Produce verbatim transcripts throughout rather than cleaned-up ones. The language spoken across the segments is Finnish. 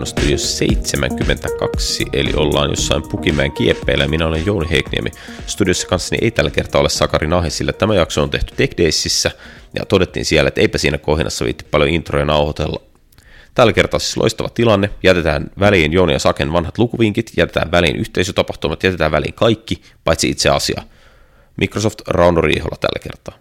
Kivakon Studio seitsemänkymmentäkaksi, eli ollaan jossain Pukimäen kieppeillä. Minä olen Jouni Heikniemi. Studiossa kanssani ei tällä kertaa ole Sakari Nahe, sillä tämä jakso on tehty Tech Daysissä, ja todettiin siellä, että eipä siinä kohinassa viitti paljon introja nauhoitella. Tällä kertaa siis loistava tilanne. Jätetään väliin Jouni ja Saken vanhat lukuvinkit, jätetään väliin yhteisötapahtumat, jätetään väliin kaikki, paitsi itse asia. Microsoft Rauno Riihola tällä kertaa.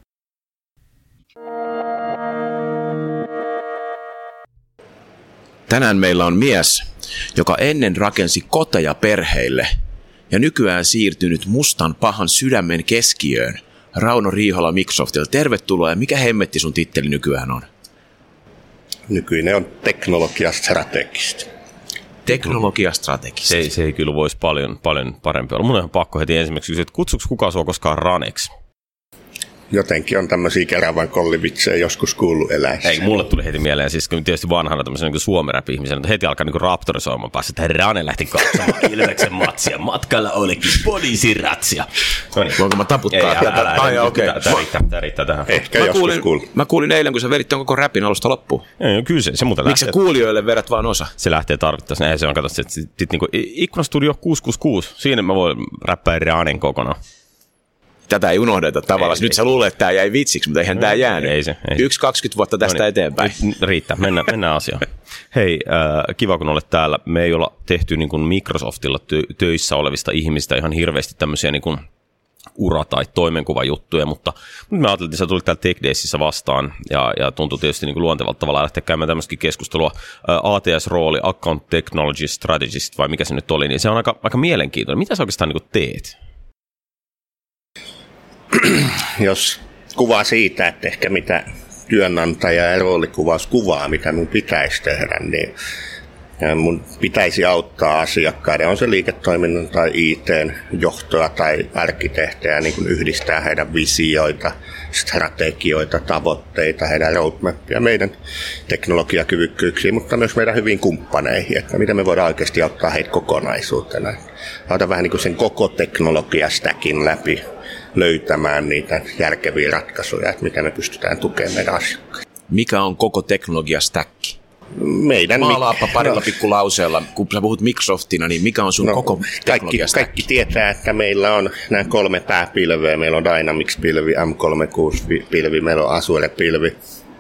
Tänään meillä on mies, joka ennen rakensi koteja perheille ja nykyään siirtynyt mustan pahan sydämen keskiöön. Rauno Riihola Microsoftilta, tervetuloa, ja mikä hemmetti sun titteli nykyään on? Nykyinen on teknologiastrategista. Teknologiastrategista. Se, se ei kyllä voisi paljon, paljon parempi olla. Mun on ihan pakko heti ensimmäiseksi kysyä, että kutsuks kukaan sua koskaan Raneksi? Jotenkin on tämmöisiä Keravan kollivitsejä joskus kuullut eläissä. Ei, mulle tuli heti mieleen, siis tietysti vanhana tämmöisen niin suomi-rap-ihmisen, että heti alkaa niin raptorisoimaan päässä, että Rane lähti katsomaan Ilveksen matsia. Matkalla olikin poliisiratsia. No niin. Voinko mä taputtaa? Ei, älä, älä, Ai, okei. Okay. Tämä riittää, tämä riittää tähän. Ehkä mä joskus kuulin, kuullut. Mä kuulin eilen, kun sä vedit ton koko räpin alusta loppuun. Ei, kyllä se, se muuten Miksi lähtee. sä kuulijoille vedät vaan osa? Se lähtee tarvittaessa. Ei, se on, kato, sit, sit, sit, niinku, Ikkunastudio kuusi kuusi kuusi. Siinä mä voin räppää Ranen kokonaan. Tätä ei unohdeta tavallaan. Nyt ei. Sä luulet, että tämä jäi vitsiksi, mutta eihän no, tämä jäänyt. Ei se. Ei. Yksi kaksikymmentä vuotta tästä no niin, eteenpäin. Riittää, mennään, mennään asiaan. Hei, äh, kiva kun olet täällä. Me ei olla tehty niin kuin Microsoftilla tö- töissä olevista ihmistä ihan hirveästi tämmöisiä niin kuin ura- tai toimenkuvajuttuja, mutta me ajattelin, että sä tulit täällä Tech Daysissä vastaan, ja, ja tuntui tietysti niin kuin luontevalta tavalla lähteä käymään tämmöistäkin keskustelua. Ä, A T S-rooli, Account Technology Strategist, vai mikä se nyt oli, niin se on aika, aika mielenkiintoinen. Mitä sä oikeastaan niin kuin teet? Jos kuvaa siitä, että ehkä mitä työnantaja ja roolikuvaus kuvaa, mitä mun pitäisi tehdä, niin mun pitäisi auttaa asiakkaiden, on se liiketoiminnan tai I T:n johtoa tai arkkitehtejä, niin kuin yhdistää heidän visioita, strategioita, tavoitteita, heidän roadmapia, meidän teknologiakyvykkyyksiin, mutta myös meidän hyviin kumppaneihin, että miten me voidaan oikeasti auttaa heitä kokonaisuutena. Auta vähän niin kuin sen koko teknologiastäkin läpi löytämään niitä järkeviä ratkaisuja, että miten me pystytään tukemaan meidän asiakkaita. Mikä on koko teknologiastäkki? Meidän Maalaappa parilla no, pikkulauseella, kun sä puhut Microsoftina, niin mikä on sun no, koko teknologiastäkki? Kaikki tietää, että meillä on nämä kolme pääpilveä. Meillä on Dynamics-pilvi, M kolmekymmentäkuusi-pilvi, meillä on Azure-pilvi.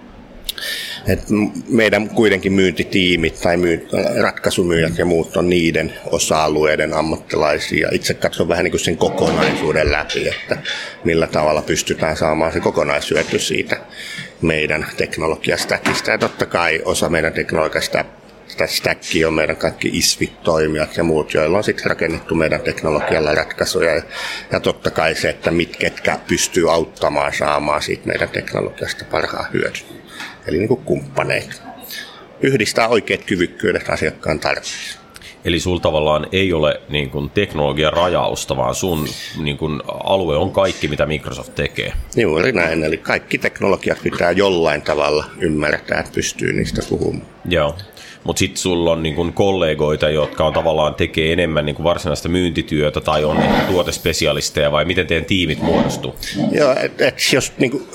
Et meidän kuitenkin myyntitiimit tai myy- ratkaisumyyjät ja muut on niiden osa-alueiden ammattilaisia. Itse katson vähän niin kuin sen kokonaisuuden läpi, että millä tavalla pystytään saamaan se kokonaishyöty siitä meidän teknologiastäkistä. Ja totta kai osa meidän teknologiasta stäkki on meidän kaikki I S V-toimijat ja muut, joilla on sitten rakennettu meidän teknologialla ratkaisuja. Ja totta kai se, että mit, ketkä pystyy auttamaan saamaan siitä meidän teknologiasta parhaan hyödyn. Eli niin kuin kumppaneita. Yhdistää oikeat kyvykkyydet asiakkaan tarpeisiin. Eli sulla tavallaan ei ole niin kuin teknologian rajausta, vaan sun niin kuin alue on kaikki, mitä Microsoft tekee. Juuri näin, eli kaikki teknologiat pitää jollain tavalla ymmärtää, että pystyy niistä puhumaan. Joo, mutta sitten sulla on niin kuin kollegoita, jotka on tavallaan tekee enemmän niin kuin varsinaista myyntityötä tai on niin tuotespesialisteja, vai miten teidän tiimit muodostuu? Joo, että et jos niin kuin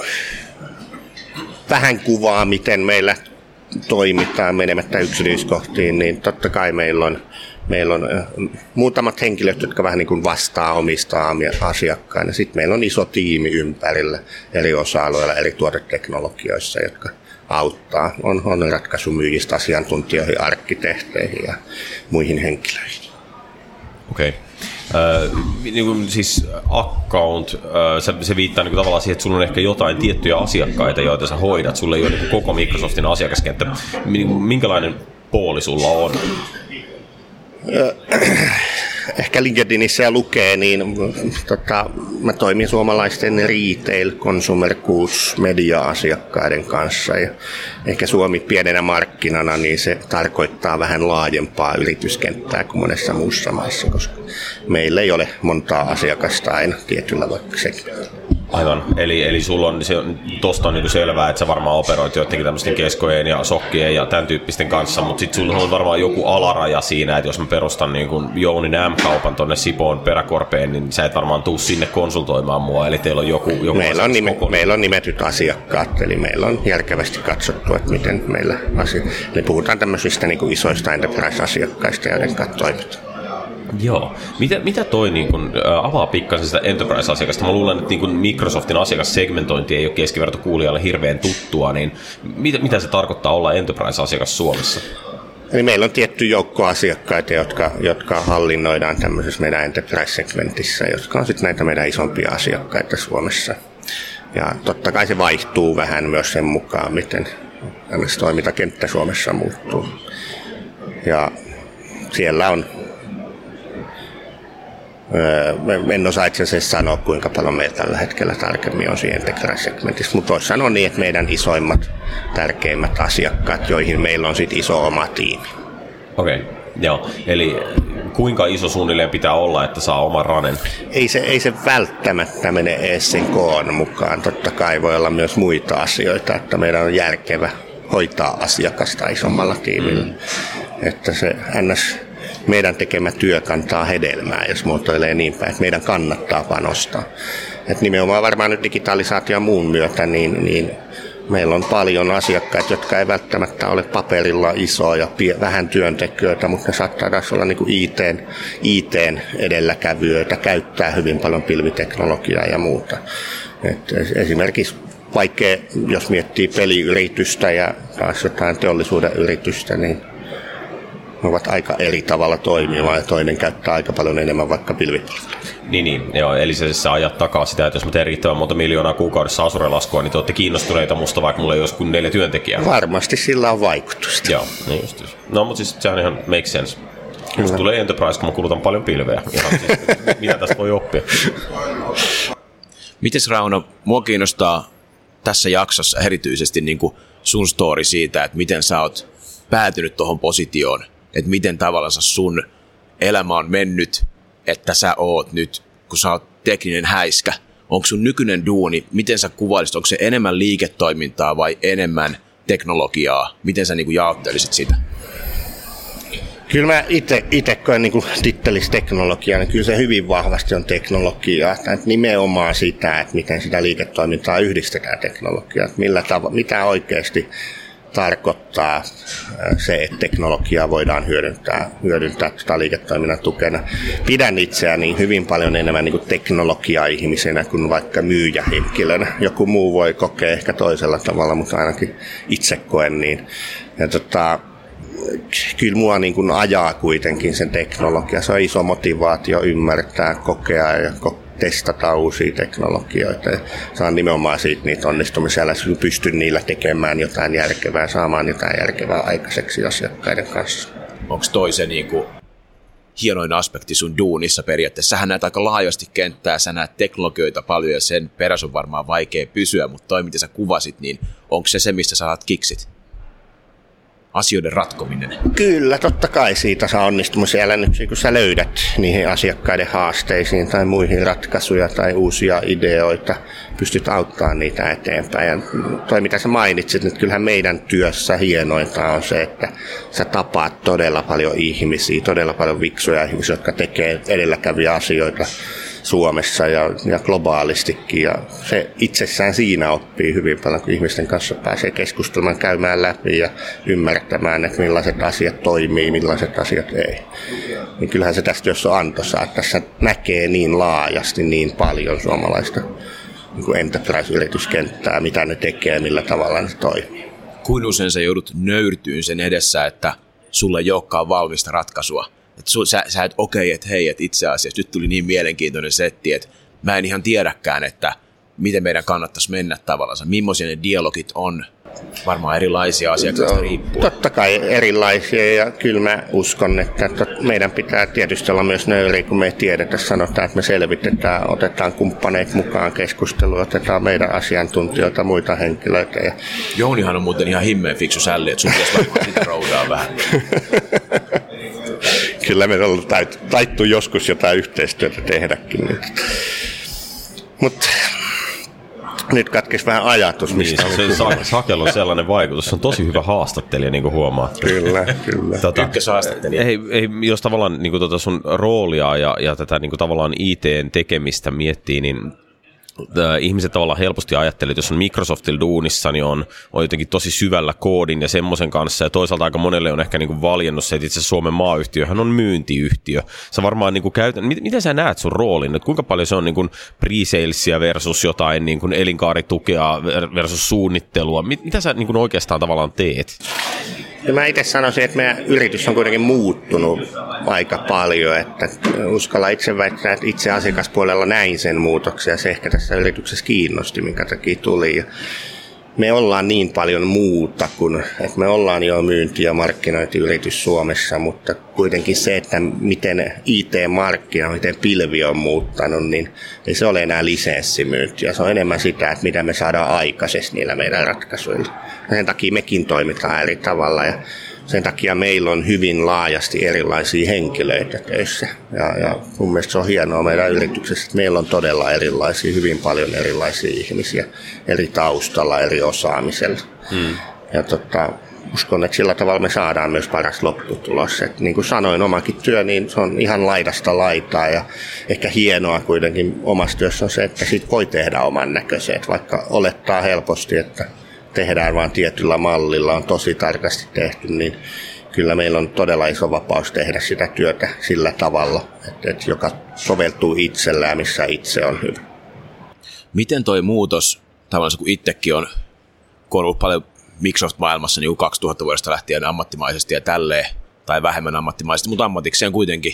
vähän kuvaa, miten meillä toimitaan menemättä yksityiskohtiin, niin totta kai meillä on, meillä on muutamat henkilöt, jotka vähän niin kuin vastaa omista asiakkaina. Sitten meillä on iso tiimi ympärillä eri osa-alueilla, eri tuoteteknologioissa, jotka auttaa. On, on ratkaisumyyjistä asiantuntijoihin, arkkitehteihin ja muihin henkilöihin. Okei. Okay. Äh, niin kuin siis account, äh, se, se viittaa niin kuin tavallaan siihen, että sulla on ehkä jotain tiettyjä asiakkaita, joita sä hoidat. Sulla ei ole niin kuin koko Microsoftin asiakaskenttä. Minkälainen pooli sulla on? Ehkä LinkedInissä ja lukee, niin tota, mä toimin suomalaisten retail, consumer goods, media-asiakkaiden kanssa. Ja ehkä Suomi pienenä markkinana, niin se tarkoittaa vähän laajempaa yrityskenttää kuin monessa muussa maassa, koska meillä ei ole montaa asiakasta aina tietyllä vaikka sektorilla. Aivan. Eli, eli sulla on, se, tosta on niin selvää, että sä varmaan operoit joidenkin tämmöisten keskojen ja sokkien ja tämän tyyppisten kanssa, mutta sitten sulla on varmaan joku alaraja siinä, että jos mä perustan niin kuin Jounin M-kaupan tonne Sipoon peräkorpeen, niin sä et varmaan tuu sinne konsultoimaan mua, eli teillä on joku... joku meillä, on nime, meillä on nimetyt asiakkaat, eli meillä on järkevästi katsottu, että miten meillä asia... Eli puhutaan tämmöisistä niin kuin isoista enterprise-asiakkaista, joiden kanssa toimitaan. Joo. Mitä, mitä toi niin kun, ä, avaa pikkasen sitä enterprise-asiakasta? Mä luulen, että niin kun Microsoftin asiakassegmentointi ei ole keskivertokuulijalle hirveän tuttua, niin mitä, mitä se tarkoittaa olla enterprise-asiakas Suomessa? Eli meillä on tietty joukko asiakkaita, jotka, jotka hallinnoidaan tämmöisessä meidän enterprise-segmentissä, jotka on sitten näitä meidän isompia asiakkaita Suomessa. Ja totta kai se vaihtuu vähän myös sen mukaan, miten toimintakenttä Suomessa muuttuu. Ja siellä on... En osaa itse asiassa sanoa, kuinka paljon meillä tällä hetkellä tarkemmin on siinä enterprise-segmentissä, mutta voisi sanoa niin, että meidän isoimmat, tärkeimmät asiakkaat, joihin meillä on sitten iso oma tiimi. Okei, okay. Joo. Eli kuinka iso suunnilleen pitää olla, että saa oman ranen? Ei se, ei se välttämättä mene edes sen koon mukaan. Totta kai voi olla myös muita asioita, että meidän on järkevä hoitaa asiakasta isommalla tiimillä. Mm. Että se ns... meidän tekemä työ kantaa hedelmää, jos muotoilee niin päin, että meidän kannattaa panostaa. Et nimenomaan varmaan nyt digitalisaation ja muun myötä, niin, niin meillä on paljon asiakkaita, jotka ei välttämättä ole paperilla isoja, pie, vähän työntekijöitä, mutta ne saattaa taas olla niin kuin I T:n, I T:n edelläkävijöitä, käyttää hyvin paljon pilviteknologiaa ja muuta. Et esimerkiksi vaikea, jos miettii peliyritystä ja taas jotain teollisuuden yritystä, niin ne ovat aika eri tavalla toimimaan ja toinen käyttää aika paljon enemmän vaikka pilvipalveluita. Niin, niin joo, eli se, se ajat takaa sitä, että jos mä teen riittävän monta miljoonaa kuukaudessa Azure-laskua, niin te olette kiinnostuneita musta, vaikka mulla ei olisi kuin neljä työntekijää. Varmasti sillä on vaikutusta. Joo, niin just. No, mutta siis se on ihan make sense. Musta tulee enterprise, kun mä kulutan paljon pilveä. Ihan siis, mitä tästä voi oppia? Mites Rauno, mua kiinnostaa tässä jaksossa erityisesti niin kuin sun story siitä, että miten sä oot päätynyt tuohon positioon, että miten tavallaan sun elämä on mennyt, että sä oot nyt, kun sä oot tekninen häiskä, onko sun nykyinen duuni, miten sä kuvailisit, onko se enemmän liiketoimintaa vai enemmän teknologiaa, miten sä niin kuin jaottelisit sitä? Kyllä mä itse koen niin tittelis teknologiaa, niin kyllä se hyvin vahvasti on teknologiaa. Että nimenomaan sitä, että miten sitä liiketoimintaa yhdistetään teknologiaan, millä tav- mitä oikeasti tarkoittaa se, että teknologiaa voidaan hyödyntää, hyödyntää tätä liiketoiminnan tukena. Pidän itseäni hyvin paljon enemmän niin kuin teknologia-ihmisenä kuin vaikka myyjähenkilönä. Joku muu voi kokea ehkä toisella tavalla, mutta ainakin itse koen niin. Ja tota, kyllä mua niin kuin ajaa kuitenkin sen teknologia. Se on iso motivaatio ymmärtää, kokea ja testata uusia teknologioita. Ja saan nimenomaan siitä niitä onnistumisia, kun pystyn niillä tekemään jotain järkevää, saamaan jotain järkevää aikaiseksi asiakkaiden kanssa. Onko toi se niin kuin hienoin aspekti sun duunissa periaatteessa? Sähän näet aika laajasti kenttää, sä näet teknologioita paljon ja sen perässä on varmaan vaikea pysyä, mutta toi mitä sä kuvasit, niin onko se se, mistä sä saat kiksit? Asioiden ratkominen. Kyllä, totta kai siitä saa onnistumisia elänyksiä, kun sä löydät niihin asiakkaiden haasteisiin tai muihin ratkaisuja tai uusia ideoita, pystyt auttamaan niitä eteenpäin. Ja toi mitä sä mainitsit, että kyllähän meidän työssä hienointa on se, että sä tapaat todella paljon ihmisiä, todella paljon viksuja ihmisiä, jotka tekee edelläkäviä asioita Suomessa ja, ja globaalistikin. Ja se itsessään siinä oppii hyvin paljon, kun ihmisten kanssa pääsee keskustelemaan, käymään läpi ja ymmärtämään, että millaiset asiat toimii, millaiset asiat ei. Niin kyllähän se tästä työssä on antoisaa, että tässä näkee niin laajasti niin paljon suomalaista niin kuin enterprise-yrityskenttää, mitä ne tekee, millä tavalla ne toimii. Kuinka usein sä joudut nöyrtyyn sen edessä, että sulla ei olekaan valmista ratkaisua? Että sä, sä et okei, okay, että hei, että itse asiassa nyt tuli niin mielenkiintoinen setti, että mä en ihan tiedäkään, että miten meidän kannattaisi mennä tavallaan. Millaisia ne dialogit on? Varmaan erilaisia asiakkaista riippuen. Totta kai erilaisia ja kyllä mä uskon, että meidän pitää tietysti olla myös nöyriä, kun me ei tiedetä, sanotaan, että me selvitetään, otetaan kumppaneet mukaan keskusteluun, otetaan meidän asiantuntijoita, muita henkilöitä. Ja... Jounihan on muuten ihan himmeen fiksu sälli, että sun pitäisi varmaan sitä roudaa vähän. Kyllä me on taittu joskus jotain yhteistyötä tehdäkin. Mutta Nyt katkesi vähän ajatus, mistä niin, se, se Sakel on sellainen vaikutus. Se on tosi hyvä haastattelija, niin kuin huomaat. Kyllä, kyllä. Tota, Ykköshaastattelija. Ei, ei, jos tavallaan niin kuin tota sun roolia ja, ja tätä niin kuin tavallaan I T:n tekemistä miettii, niin ihmiset tavallaan helposti ajattelee, että jos on Microsoftilla duunissa, niin on, on jotenkin tosi syvällä koodin ja semmoisen kanssa, ja toisaalta aika monelle on ehkä niin kuin valjennut se, että itse Suomen maayhtiöhän on myyntiyhtiö. Sä varmaan niin kuin käytän, miten, miten sä näet sun roolin, että kuinka paljon se on niin kuin pre-salesia versus jotain niin kuin elinkaaritukea versus suunnittelua, mit, mitä sä niin kuin oikeastaan tavallaan teet? Ja mä itse sanoisin, että meidän yritys on kuitenkin muuttunut aika paljon, että uskalla itse väittää, että itse asiakaspuolella näin sen muutoksia, se ehkä tässä yrityksessä kiinnosti, minkä takia tuli. Ja me ollaan niin paljon muuta kuin, että me ollaan jo myynti- ja markkinointiyritys Suomessa, mutta kuitenkin se, että miten I T-markkina, miten pilvi on muuttanut, niin ei se ole enää lisenssimyyntiä. Se on enemmän sitä, että mitä me saadaan aikaisesti niillä meidän ratkaisuilla. Sen takia mekin toimitaan eri tavalla ja sen takia meillä on hyvin laajasti erilaisia henkilöitä töissä. Ja, ja mun mielestä se on hienoa meidän yrityksessä, että meillä on todella erilaisia, hyvin paljon erilaisia ihmisiä eri taustalla, eri osaamisella. Hmm. Ja tota, uskon, että sillä tavalla me saadaan myös paras lopputulos. Et niin kuin sanoin, omakin työ, niin se on ihan laidasta laitaa ja ehkä hienoa kuitenkin omassa työssä on se, että siitä voi tehdä oman näköiset, vaikka olettaa helposti, että tehdään vain tietyllä mallilla, on tosi tarkasti tehty, niin kyllä meillä on todella iso vapaus tehdä sitä työtä sillä tavalla, että, että joka soveltuu itsellään, missä itse on hyvä. Miten toi muutos, tavallaan kun itsekin on, kun on ollut paljon Microsoft-maailmassa niin kaksituhatta vuodesta lähtien ammattimaisesti ja tälleen, tai vähemmän ammattimaisesti, mutta ammatikseen kuitenkin.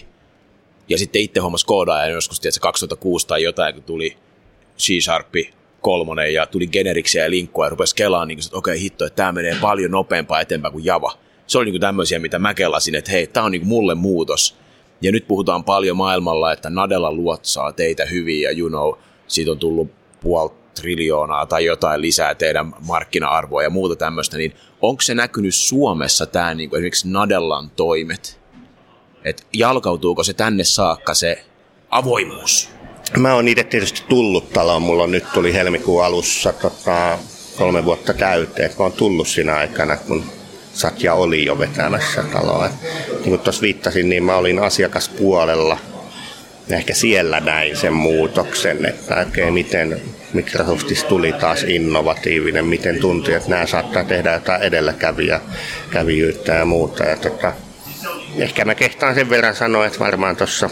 Ja sitten itse hommas koodaajan joskus, tiedätkö, kaksituhattakuusi tai jotain, kun tuli C-Sharpi kolmonen ja tuli generiksiä ja linkkua ja rupesi kelaan, niin että okei okay, hitto, että tämä menee paljon nopeampaa eteenpäin kuin Java. Se oli niin tämmöisiä, mitä mä kelasin, että hei, tämä on niin mulle muutos. Ja nyt puhutaan paljon maailmalla, että Nadella luotsaa teitä hyvin ja you know, siitä on tullut puoli triljoonaa tai jotain lisää teidän markkina-arvoa ja muuta tämmöistä, niin onko se näkynyt Suomessa tämä niin kuin esimerkiksi Nadellan toimet? Että jalkautuuko se tänne saakka se avoimuus? Mä oon itse tietysti tullut taloon. Mulla on nyt tuli helmikuun alussa tota, kolme vuotta täyteen. Mä oon tullut siinä aikana, kun Satya oli jo vetämässä taloa. Et, niin kuin tuossa viittasin, niin mä olin asiakaspuolella. Ja ehkä siellä näin sen muutoksen, että okay, miten Microsoftista tuli taas innovatiivinen, miten tuntui, että nämä saattaa tehdä jotain edelläkävijyyttä ja muuta. Ja tota, ehkä mä kehtaan sen verran sanoa, että varmaan tuossa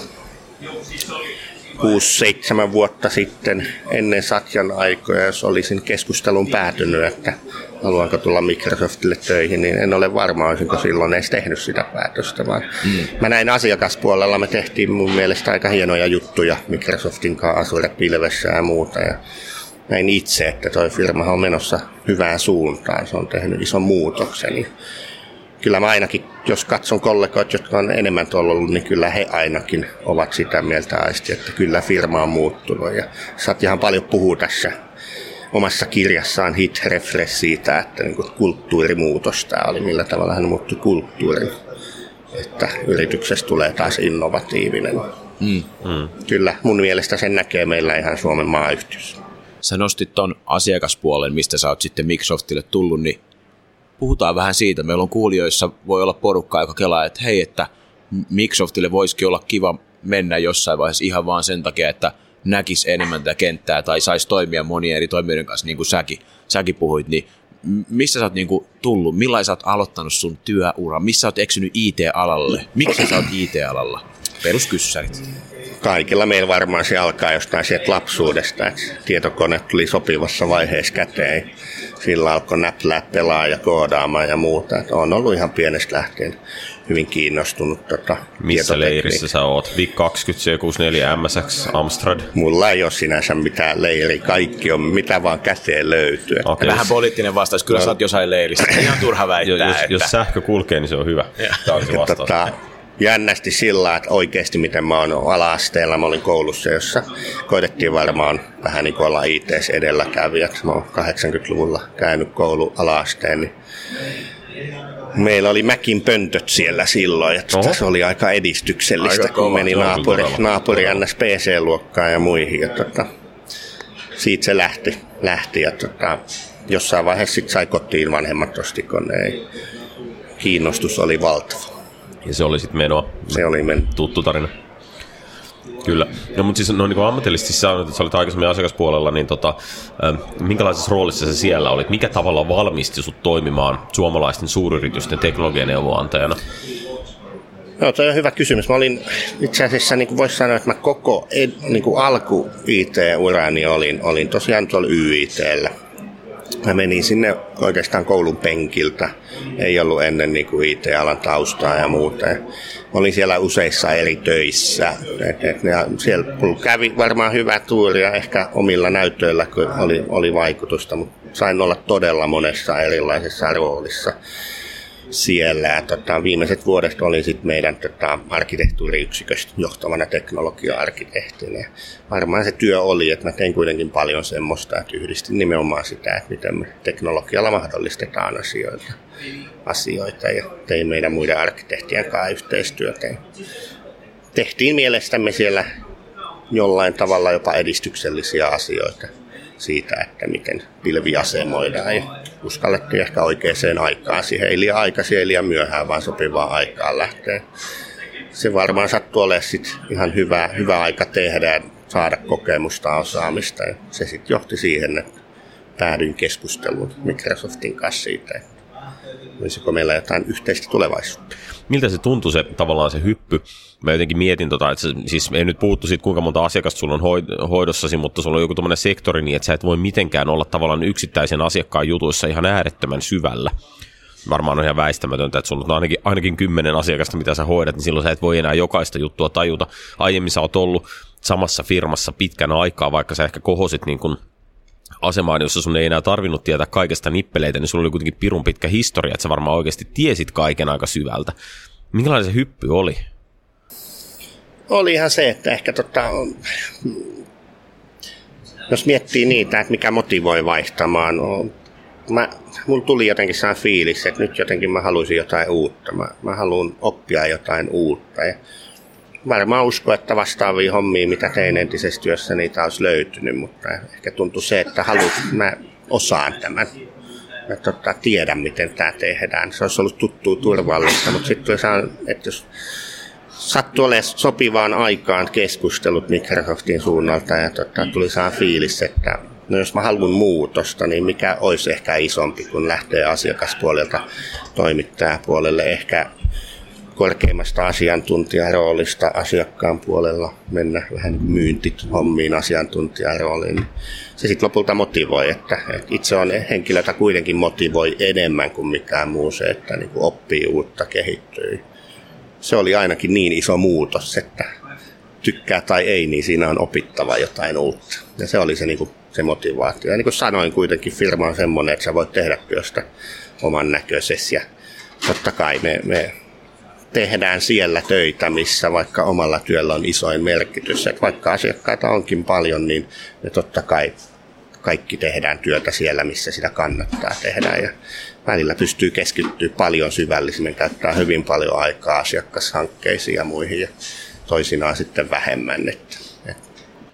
kuusi seitsemän vuotta sitten ennen Satyan aikoja, jos olisin keskustelun päätynyt, että haluanko tulla Microsoftille töihin, niin en ole varma, olisinko silloin edes tehnyt sitä päätöstä. Vaan mm. Mä näin asiakaspuolella, me tehtiin mun mielestä aika hienoja juttuja Microsoftin kanssa Azure-pilvessä ja muuta. Ja näin itse, että toi firma on menossa hyvään suuntaan, se on tehnyt ison muutoksen. Kyllä mä ainakin, jos katson kollegoita, jotka on enemmän tuolla ollut, niin kyllä he ainakin ovat sitä mieltä aisti, että kyllä firma on muuttunut. Ja Satyahan paljon puhuu tässä omassa kirjassaan Hit Refresh siitä, että niin kuin kulttuurimuutos tämä oli, millä tavalla hän muuttui kulttuurin, että yrityksestä tulee taas innovatiivinen. Mm. Mm. Kyllä mun mielestä sen näkee meillä ihan Suomen maayhtiössä. Sä nostit ton asiakaspuolen, mistä sä oot sitten Microsoftille tullut, niin puhutaan vähän siitä. Meillä on kuulijoissa, voi olla porukkaa, joka kelaa, että hei, että Microsoftille voisikin olla kiva mennä jossain vaiheessa ihan vaan sen takia, että näkisi enemmän tätä kenttää tai saisi toimia monien eri toimijoiden kanssa, niin kuin säkin, säkin puhuit. Niin missä sä oot niin kuin tullut? Millaisen sä oot aloittanut sun työura? Missä sä oot eksynyt I T-alalle? Miksi sä oot I T-alalla? Peruskyssärit. Kaikilla meillä varmaan se alkaa jostain sieltä lapsuudesta, että tietokone tuli sopivassa vaiheessa käteen. Sillä alkoi näplää, pelaa ja koodaamaan ja muuta. Että on ollut ihan pienestä lähtien hyvin kiinnostunut tota, missä leirissä sä oot? V I C kaksikymmentä, C kuusikymmentäneljä, M S X, Amstrad? Mulla ei ole sinänsä mitään leiri. Kaikki on mitä vaan käteen löytyy. Okay. Vähän poliittinen vastaus. Kyllä no. Sä oot jossain leirissä. Ihan turha väittää. jos, että... jos sähkö kulkee, niin se on hyvä. Tämä on se vastaus. Tota, jännästi sillä, että oikeasti miten mä oon ala-asteella, mä olin koulussa, jossa koitettiin varmaan vähän niin kuin olla I T:s edelläkävijät. Mä oon kahdeksankymmentäluvulla käynyt koulu ala-asteen, niin meillä oli Mäkin pöntöt siellä silloin, että se oli aika edistyksellistä, aika kun kova, meni naapuri, naapuri N S P C-luokkaan ja muihin. Ja tota, siitä se lähti, lähti ja tota, jossain vaiheessa sit sai kotiin vanhemmat osti koneen. Kiinnostus oli valtava. Ja se oli sitten menoa. Se oli menoa. Tuttu tarina. Kyllä. No, mutta siis no, niin ammatillisesti sä, että sä olit aikaisemmin asiakaspuolella, niin tota, äh, minkälaisessa roolissa sä siellä olit? Mikä tavalla valmisti sut toimimaan suomalaisten suuryritysten teknologianeuvoantajana? No, toi on hyvä kysymys. Mä olin itse asiassa, niin kuin voisi sanoa, että mä koko ed, niin kuin alku-I T-urani olin, olin tosiaan tuolla Y I T:llä. Mä menin sinne oikeastaan koulun penkiltä. Ei ollut ennen niin kuin I T-alan taustaa ja muuta. Mä olin siellä useissa eri töissä. Et, et, ja siellä kävi varmaan hyvä tuuri ja ehkä omilla näytöillä oli, oli vaikutusta, mutta sain olla todella monessa erilaisessa roolissa siellä. Ja, tota, viimeiset vuodet olin sit meidän tota, arkkitehtuuriyksiköstä johtavana teknologia-arkkitehtinä. Ja varmaan se työ oli, että mä tein kuitenkin paljon semmoista, että yhdistin nimenomaan sitä, että miten me teknologialla mahdollistetaan asioita, asioita ja tein meidän muiden arkkitehtien kanssa yhteistyötä. Ja tehtiin mielestämme siellä jollain tavalla jopa edistyksellisiä asioita siitä, että miten pilvi asemoidaan ja uskallettiin ehkä oikeaan aikaan siihen, ei liian aikaisin, ei liian myöhään, vaan sopivaan aikaan lähtee. Se varmaan sattuu olemaan sit ihan hyvä, hyvä aika tehdä ja saada kokemusta, osaamista ja se sitten johti siihen, että päädyin keskusteluun Microsoftin kanssa siitä, että olisiko meillä jotain yhteistä tulevaisuutta. Miltä se tuntui se tavallaan se hyppy? Mä jotenkin mietin, tota, että se, siis ei nyt puhuttu siitä, kuinka monta asiakasta sulla on hoidossasi, mutta sulla on joku tommoinen sektori niin, että sä et voi mitenkään olla tavallaan yksittäisen asiakkaan jutuissa ihan äärettömän syvällä. Varmaan on ihan väistämätöntä, että sulla on ainakin, ainakin kymmenen asiakasta, mitä sä hoidat, niin silloin sä et voi enää jokaista juttua tajuta. Aiemmin sä oot ollut samassa firmassa pitkän aikaa, vaikka sä ehkä kohosit niin kuin asemaan, jossa sun ei enää tarvinnut tietää kaikesta nippeleitä, niin sulla oli kuitenkin pirun pitkä historia, että sä varmaan oikeasti tiesit kaiken aika syvältä. Minkälainen se hyppy oli? Oli ihan se, että ehkä tota, jos miettii niitä, että mikä motivoi vaihtamaan, mä, mulla tuli jotenkin sellainen fiilis, että nyt jotenkin mä haluaisin jotain uutta. Mä, mä haluan oppia jotain uutta. Ja varmaan usko, että vastaavia hommia, mitä tein entisessä työssä, niitä olisi löytynyt, mutta ehkä tuntui se, että haluan, mä osaan tämän. Mä tota, tiedän, miten tämä tehdään. Se olisi ollut tuttua turvallista, mutta sitten että jos sattui olemaan sopivaan aikaan keskustelut Microsoftin suunnalta ja tota, tuli saa fiilis, että no jos mä haluan muutosta, niin mikä olisi ehkä isompi, kun lähtee asiakaspuolelta toimittajapuolelle, ehkä korkeimmasta asiantuntijaroolista asiakkaan puolella mennä vähän myyntihommiin asiantuntijarooliin. Se sitten lopulta motivoi, että, että itse on henkilö, jota kuitenkin motivoi enemmän kuin mikään muu se, että niin kuin oppii uutta, kehittyy. Se oli ainakin niin iso muutos, että tykkää tai ei, niin siinä on opittava jotain uutta. Ja se oli se, niin kuin, se motivaatio. Ja niin kuin sanoin, kuitenkin firma on semmoinen, että sä voit tehdä työstä oman näköisesi. Ja totta kai me, me tehdään siellä töitä, missä vaikka omalla työllä on isoin merkitys. Että vaikka asiakkaita onkin paljon, niin me totta kai kaikki tehdään työtä siellä, missä sitä kannattaa tehdä. Ja välillä pystyy keskittyä paljon syvällisemmin, käyttää hyvin paljon aikaa asiakashankkeisiin ja muihin ja toisinaan sitten vähemmän. Että, että.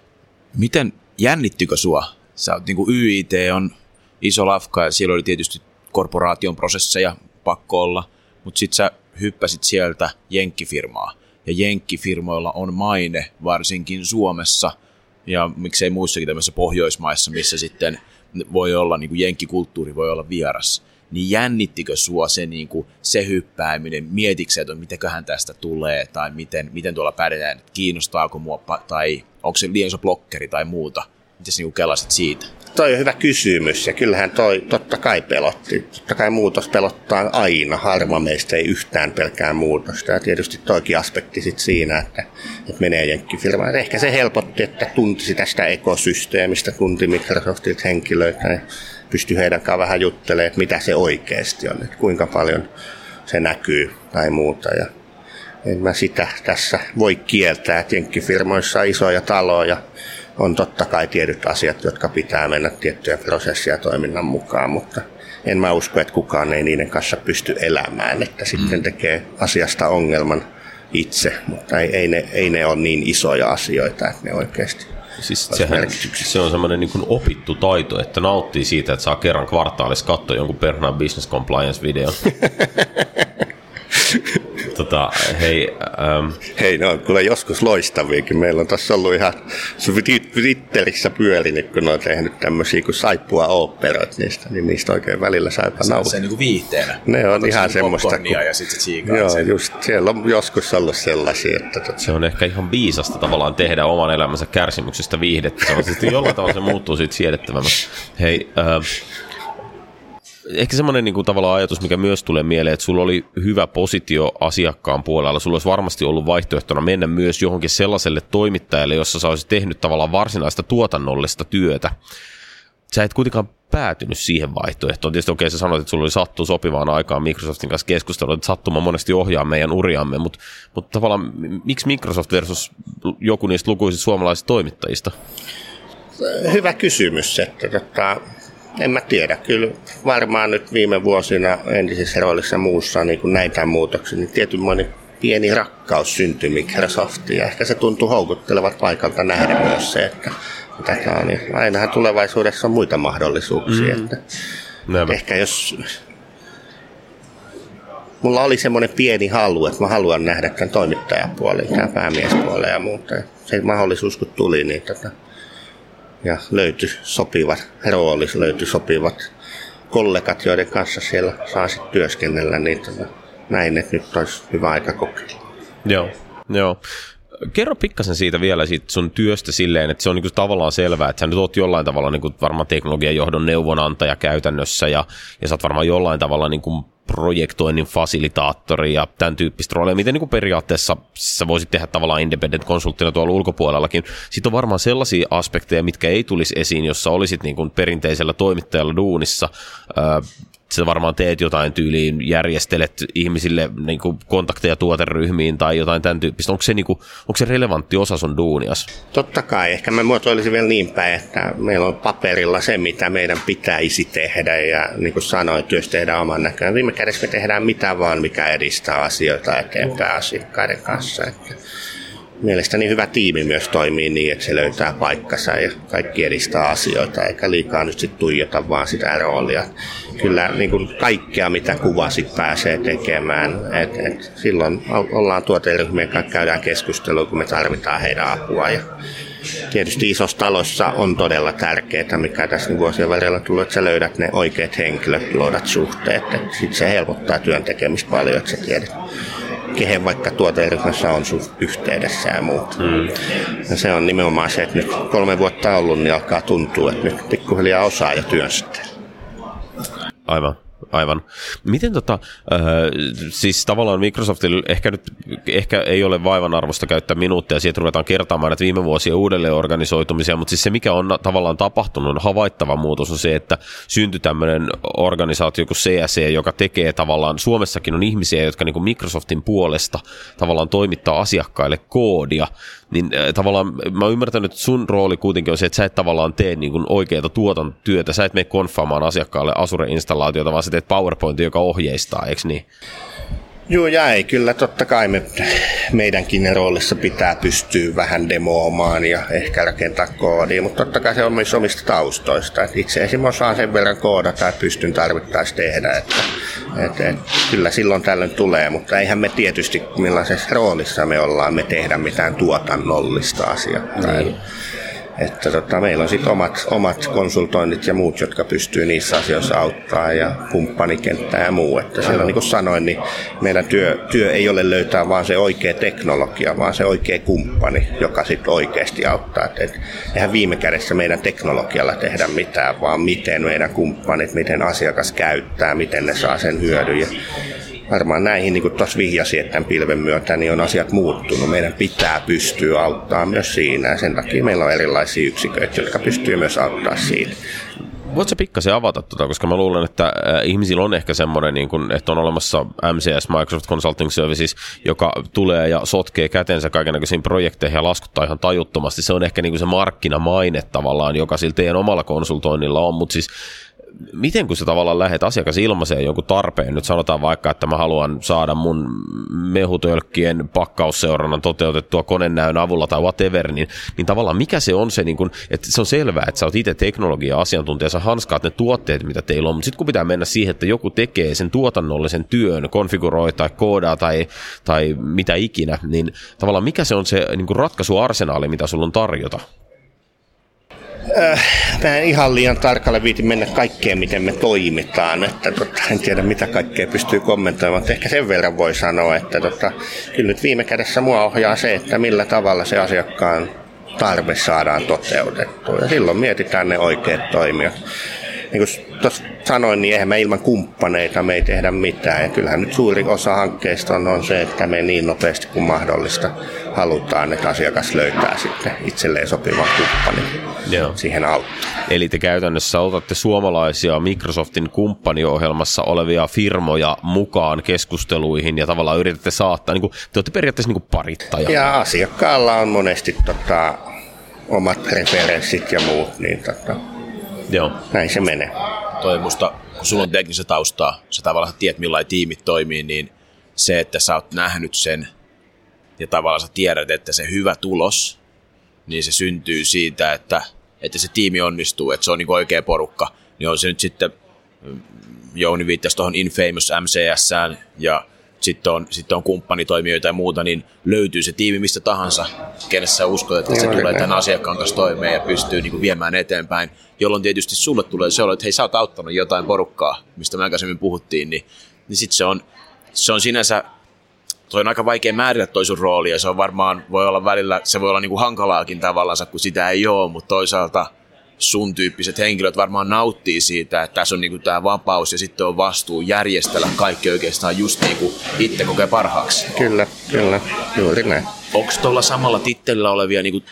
Miten jännittikö sua? Sä oot, niin kuin Y I T on iso lafka ja siellä oli tietysti korporaation prosesseja pakko olla, mutta sitten sä hyppäsit sieltä jenkkifirmaa ja jenkkifirmoilla on maine varsinkin Suomessa ja miksei muissakin tämmöisissä Pohjoismaissa, missä sitten voi olla, niin kuin jenkkikulttuuri voi olla vieras. Niin jännittikö sua se, niin kuin, se hyppääminen? Mietitkö sä, että mitäköhän tästä tulee tai miten, miten tuolla pärjätään, kiinnostaako mua tai onko se liian iso blokkeri tai muuta? Miten sä niin kelasit siitä? Toi on hyvä kysymys ja kyllähän toi totta kai pelotti. Totta kai muutos pelottaa aina. Harva meistä ei yhtään pelkää muutosta. Ja tietysti toikin aspekti sit siinä, että, että menee jenkkifirmaan. Ehkä se helpotti, että tuntisi tästä ekosysteemistä, tunti Microsoftilta henkilöitä ja pystyi heidän kanssaan vähän juttelemaan, että mitä se oikeasti on, että kuinka paljon se näkyy tai muuta. Ja en mä sitä tässä voi kieltää, että jenkkifirmoissa on isoja taloja. On totta kai tietyt asiat, jotka pitää mennä tiettyjä prosessia toiminnan mukaan, mutta en mä usko, että kukaan ei niiden kanssa pysty elämään, että sitten tekee asiasta ongelman itse, mutta ei, ei, ne, ei ne ole niin isoja asioita, että ne oikeasti Siis sehän, se on semmoinen niin kuin opittu taito, että nauttii siitä, että saa kerran kvartaalissa katsoa jonkun perhana business compliance-videon. Tota, hei, ähm. hei, ne on kyllä joskus loistaviakin. Meillä on tässä ollut ihan Twitterissä pyörinyt, kun ne on tehnyt tämmöisiä kuin saippua oopperoit niistä, niin niistä oikein välillä saipa nauta. Se on niin kuin viihteenä. Ne on ihan semmoista. Kun, ja sitten se joo, sen. Just, siellä on joskus ollut sellaisia. Että tot... Se on ehkä ihan viisasta tavallaan tehdä oman elämänsä kärsimyksestä viihdettä. Se on sitten jollain tavalla se muuttuu siitä siedettävämmäksi. Hei, äh, ehkä semmoinen niin kuin tavallaan ajatus, mikä myös tulee mieleen, että sulla oli hyvä positio asiakkaan puolella. Sulla olisi varmasti ollut vaihtoehtona mennä myös johonkin sellaiselle toimittajalle, jossa sä olisit tehnyt tavallaan varsinaista tuotannollista työtä. Sä et kuitenkaan päätynyt siihen vaihtoehtoon. Tietysti okei, okay, sä sanoit, että sulla oli sattuu sopivaan aikaan Microsoftin kanssa keskustelua, että sattuma monesti ohjaa meidän uriamme, mutta, mutta tavallaan miksi Microsoft versus joku niistä lukuisista suomalaisista toimittajista? Hyvä kysymys, että tota... En mä tiedä. Kyllä varmaan nyt viime vuosina entisissä roolissa muussa niin kuin näitä muutoksia, niin tietynlainen pieni rakkaus syntyi Microsoftiin. Ja ehkä se tuntuu houkuttelevat paikalta nähdä myös se, että tätä on, niin ainahan tulevaisuudessa on muita mahdollisuuksia. Mm. Että ehkä jos... Mulla oli semmoinen pieni halu, että mä haluan nähdä tämän toimittajapuolen, tämän päämiespuolen ja muuta. Se mahdollisuus kun tuli, niin tota... Ja löytyi sopivat roolit, löytyi sopivat kollegat, joiden kanssa siellä saa sitten työskennellä. Niin näin, että nyt olisi hyvä aika kokeilla. Joo, joo. Kerro pikkasen siitä vielä siitä sun työstä silleen, että se on niinku tavallaan selvää, että sä nyt oot jollain tavalla niinku varmaan teknologian johdon neuvonantaja käytännössä ja, ja sä oot varmaan jollain tavalla niinku projektoinnin fasilitaattori ja tämän tyyppistä roolia, miten niin kuin periaatteessa sä voisit tehdä tavallaan independent konsulttina tuolla ulkopuolellakin. Sitten on varmaan sellaisia aspekteja, mitkä ei tulisi esiin, jos sä olisit niin kuin perinteisellä toimittajalla duunissa. Sä varmaan teet jotain tyyliin, järjestelet ihmisille niin kuin kontakteja tuoteryhmiin tai jotain tämän tyyppistä. Onko se, niin kuin, onko se relevantti osa sun duunias? Totta kai. Ehkä mä muotoilisin vielä niin päin, että meillä on paperilla se, mitä meidän pitäisi tehdä. Ja niin kuin sanoin, työssä tehdään oman näköään. Viime kädessä me tehdään mitä vaan, mikä edistää asioita eteenpäin asiakkaiden kanssa. Että mielestäni hyvä tiimi myös toimii niin, että se löytää paikkansa ja kaikki edistää asioita, eikä liikaa nyt sit tuijota vaan sitä roolia. Kyllä niin kuin kaikkea, mitä kuvasit, pääsee tekemään. Et, et silloin ollaan tuoteryhmien kanssa, käydään keskustelua, kun me tarvitaan heidän apua. Ja tietysti isossa talossa on todella tärkeää, mikä tässä vuosien varrella tullut, että sä löydät ne oikeat henkilöt, luodat suhteet. Sitten se helpottaa työn tekemistä paljon, että sä tiedät, kehen vaikka tuoteryhmässä on sun yhteydessä ja muut. Mm. Ja se on nimenomaan se, että nyt kolme vuotta ollut, niin alkaa tuntua, että nyt pikkuhiljaa osaa ja työnsä. Aivan. Aivan. Miten tota, äh, siis tavallaan Microsoftilla ehkä nyt ehkä ei ole vaivan arvosta käyttää minuuttia, siitä ruvetaan kertaamaan näitä viime vuosien uudelleen organisoitumisia, mutta siis se mikä on tavallaan tapahtunut, havaittava muutos on se, että syntyi tämmöinen organisaatio kuin C S E, joka tekee tavallaan, Suomessakin on ihmisiä, jotka niin kuin Microsoftin puolesta tavallaan toimittaa asiakkaille koodia, niin äh, tavallaan mä oon ymmärtänyt, että sun rooli kuitenkin on se, että sä et tavallaan tee niin kuin oikeata tuotantotyötä, sä et mene konfaamaan asiakkaalle Azure-installaatiota, vaan sä teet PowerPointia, joka ohjeistaa, eikö niin? Joo, ja ei. Kyllä totta kai me, meidänkin roolissa pitää pystyä vähän demoomaan ja ehkä rakentaa koodia, mutta totta kai se on myös omista taustoista. Et itse esimerkiksi osaan sen verran koodata, että pystyn tarvittaisi tehdä. Että, et, et, kyllä silloin tällöin tulee, mutta eihän me tietysti millaisessa roolissa me ollaan, me tehdä mitään tuotannollista asiaa. Niin. Että tota, meillä on sitten omat, omat konsultoinnit ja muut, jotka pystyy niissä asioissa auttaa ja kumppanikenttää ja muu. Että siellä, niin kuin sanoin, niin meidän työ, työ ei ole löytää vaan se oikea teknologia, vaan se oikea kumppani, joka sitten oikeasti auttaa. Et, et, eihän viime kädessä meidän teknologialla tehdä mitään, vaan miten meidän kumppanit, miten asiakas käyttää, miten ne saa sen hyödyn. Ja varmaan näihin, niin kuin tuossa vihjasi, että tämän pilven myötä, niin on asiat muuttunut. Meidän pitää pystyä auttamaan myös siinä. Ja sen takia meillä on erilaisia yksiköitä, jotka pystyy myös auttamaan siinä. Voitko pikkasen avata tuota, koska mä luulen, että ihmisillä on ehkä semmoinen, niin kuin, että on olemassa M C S, Microsoft Consulting Services, joka tulee ja sotkee kätensä kaikennäköisiin projekteihin ja laskuttaa ihan tajuttomasti. Se on ehkä niin kuin se markkinamaine tavallaan, joka sillä teidän omalla konsultoinnilla on, mutta siis miten kun sä tavallaan lähdet asiakas ilmaiseen jonkun tarpeen, nyt sanotaan vaikka, että mä haluan saada mun mehutölkkien pakkausseurannan toteutettua konenäön avulla tai whatever, niin, niin tavallaan mikä se on se, niin kun, että se on selvää, että sä oot itse teknologia-asiantuntija, sä hanskaat ne tuotteet, mitä teillä on, mutta sitten kun pitää mennä siihen, että joku tekee sen tuotannollisen työn, konfiguroi tai koodaa tai, tai mitä ikinä, niin tavallaan mikä se on se niin kun ratkaisuarsenaali, mitä sulla on tarjota? Äh, mä en ihan liian tarkalle viitin mennä kaikkeen, miten me toimitaan. Että, tota, en tiedä, mitä kaikkea pystyy kommentoimaan, mutta ehkä sen verran voi sanoa, että tota, kyllä nyt viime kädessä mua ohjaa se, että millä tavalla se asiakkaan tarve saadaan toteutettua. Ja silloin mietitään ne oikeat toimijat. Niin kuin tuossa sanoin, niin eihän me ilman kumppaneita me ei tehdä mitään. Ja kyllähän nyt suuri osa hankkeista on, on se, että me niin nopeasti kuin mahdollista halutaan, että asiakas löytää sitten itselleen sopivan kumppanin Joo. siihen auttaa. Eli te käytännössä otatte suomalaisia Microsoftin kumppaniohjelmassa olevia firmoja mukaan keskusteluihin ja tavallaan yritätte saattaa, niin kuin, te olette periaatteessa niin kuin parittaja. Ja asiakkaalla on monesti tota, omat referenssit ja muut, niin tota, Joo. näin se menee. Toi musta, kun sulla on teknistä taustaa, sä tavallaan tiedät millainen tiimit toimii, niin se, että sä oot nähnyt sen ja tavallaan sä tiedät, että se hyvä tulos, niin se syntyy siitä, että, että se tiimi onnistuu, että se on niin oikea porukka. Niin on se nyt sitten, Jouni viittasi tuohon Infamous M C S:ään ja sitten on, sitten on kumppanitoimijoita ja muuta, niin löytyy se tiimi mistä tahansa, kenessä sä uskot, että se tulee tämän asiakkaan kanssa toimeen ja pystyy niin kuin viemään eteenpäin, jolloin tietysti sulle tulee se olo, että hei, sä oot auttanut jotain porukkaa, mistä me aikaisemmin puhuttiin, niin, niin sitten se on, se on sinänsä, toi on aika vaikea määritellä toi sun rooli, ja se on varmaan, voi olla välillä, se voi olla niin kuin hankalaakin tavallaan, kun sitä ei ole, mutta toisaalta sun tyyppiset henkilöt varmaan nauttii siitä, että tässä on niinku tämä vapaus ja sitten on vastuu järjestellä kaikki oikeastaan just niin kuin itse kokee parhaaksi. Kyllä, kyllä, juuri näin. Onko tuolla samalla tittelillä olevia, niinku,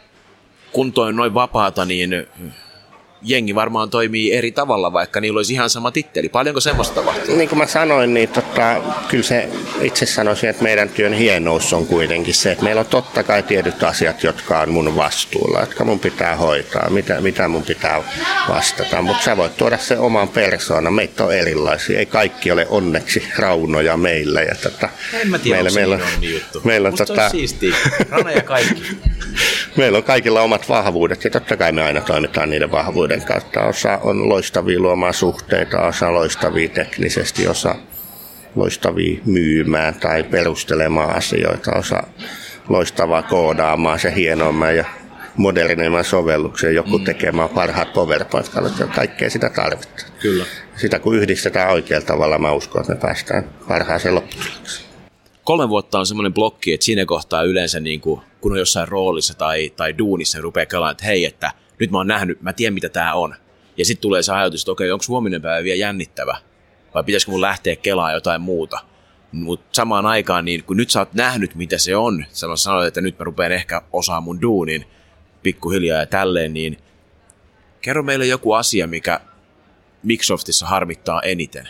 kun toi on noin vapaata, niin jengi varmaan toimii eri tavalla, vaikka niillä olisi ihan sama titteli. Paljonko semmoista tapahtuu? Niin kuin mä sanoin, niin tota, kyllä se itse sanoisin, että meidän työn hienous on kuitenkin se, että meillä on totta kai tietyt asiat, jotka on mun vastuulla, jotka mun pitää hoitaa, mitä, mitä mun pitää vastata. Mutta sä voit tuoda sen oman persoonan. Meitä on erilaisia. Ei kaikki ole onneksi Raunoja meillä. Ja tota, en mä tiedä, meillä, meillä, on niin juttu. Meillä on, musta tota, on siistiä. Rana ja kaikki. Meillä on kaikilla omat vahvuudet ja totta kai me aina toimitaan niiden vahvuuden kautta. Osa on loistavia luomaan suhteita, osa loistavia teknisesti, osa loistavia myymään tai perustelemaan asioita, osa loistavaa koodaamaan se hienoimman ja modernimman sovelluksen, joku tekemään parhaat PowerPoint-kalot ja kaikkea sitä tarvitaan. Kyllä. Sitä kun yhdistetään oikealla tavalla, mä uskon, että me päästään parhaaseen lopputulokseen. Kolme vuotta on semmoinen blokki, että siinä kohtaa yleensä, niin kuin, kun on jossain roolissa tai, tai duunissa, rupeaa kelaamaan, että hei, että nyt mä oon nähnyt, mä tiedän mitä tää on. Ja sitten tulee se ajatus, että okei, onko huominen päivä vielä jännittävä? Vai pitäisikö mun lähteä kelaa jotain muuta? Mutta samaan aikaan, niin kun nyt sä oot nähnyt mitä se on, sä sanoit, että nyt mä rupean ehkä osaa mun duunin pikkuhiljaa ja tälleen, niin kerro meille joku asia, mikä Microsoftissa harmittaa eniten.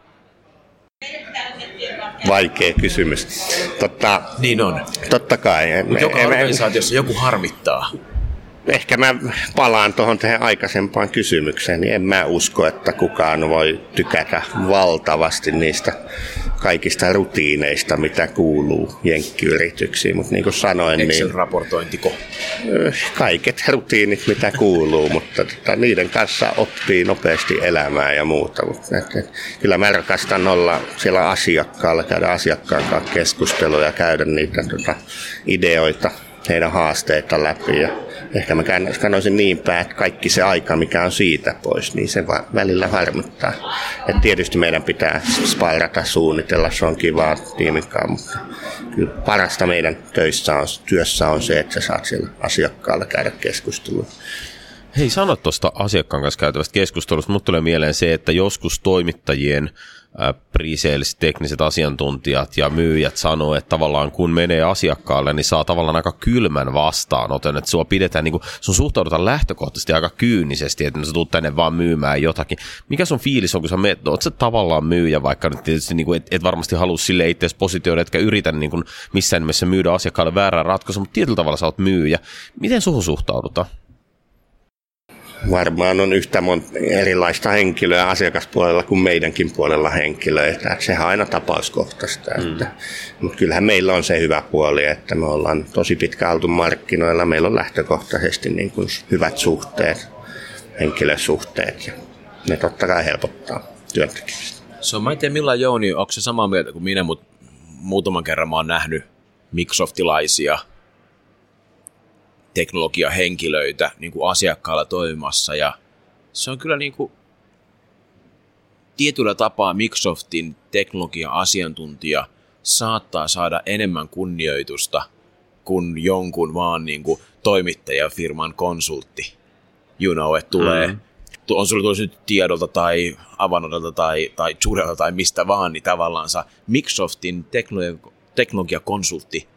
Vaikea kysymys. Totta, niin on. Totta kai. Mutta joka organisaatiossa joku harmittaa. Ehkä mä palaan tuohon tähän aikaisempaan kysymykseen, niin en mä usko, että kukaan voi tykätä valtavasti niistä kaikista rutiineista, mitä kuuluu jenkkiyrityksiin. Mutta niin kuin sanoin, Excel-raportointiko? Niin, kaiket rutiinit, mitä kuuluu, mutta tota, niiden kanssa oppii nopeasti elämää ja muuta. Mutta, et, et, kyllä mä rakastan olla siellä asiakkaalla, käydä asiakkaan kanssa keskustelua ja käydä niitä tota, ideoita, heidän haasteita läpi. Ja ehkä mä sanoisin niin päin, että kaikki se aika, mikä on siitä pois, niin se vaan välillä harmittaa. Et tietysti meidän pitää sparrata, suunnitella, se on kivaa tiimikaan, mutta kyllä parasta meidän töissä on, työssä on se, että sä saat siellä asiakkaalla käydä keskustelua. Hei, sano tuosta asiakkaan kanssa käytävästä keskustelusta. Mut tulee mieleen se, että joskus toimittajien pre-sales, tekniset asiantuntijat ja myyjät sanoo, että tavallaan kun menee asiakkaalle, niin saa tavallaan aika kylmän vastaanoton, että sua pidetään, niin kuin, sun suhtaudutaan lähtökohtaisesti aika kyynisesti, että sä tulet tänne vaan myymään jotakin. Mikä sun fiilis on, kun sä menet, oot sä tavallaan myyjä, vaikka nyt tietysti niin kuin, et, et varmasti halua sille itseäsi positioida, etkä yritä niin kuin missään nimessä myydä asiakkaalle väärää ratkaisua, mutta tietyllä tavalla sä oot myyjä. Miten suhun suhtaudutaan? varmaan on yhtä monta erilaista henkilöä asiakaspuolella kuin meidänkin puolella henkilöitä. Että sehän on aina tapauskohtaista. Mm. Että, mutta kyllähän meillä on se hyvä puoli, että me ollaan tosi pitkään oltu markkinoilla. Meillä on lähtökohtaisesti niin kuin hyvät suhteet, henkilösuhteet ja ne totta kai helpottaa työntekemistä. So, mä en tiedä millään Jouni, onko se samaa mieltä kuin minä, mutta muutaman kerran mä oon nähnyt Microsoftilaisia teknologiahenkilöitä niin kuin asiakkaalla toimimassa, ja se on kyllä niin kuin tietyllä tapaa Microsoftin teknologia-asiantuntija saattaa saada enemmän kunnioitusta kuin jonkun vaan niin kuin toimittajafirman konsultti. You know, että tulee, mm. on sulla tullut nyt tiedolta tai Avanodalta tai, tai Jurelta tai mistä vaan, niin tavallaan Microsoftin teknologia, teknologiakonsultti.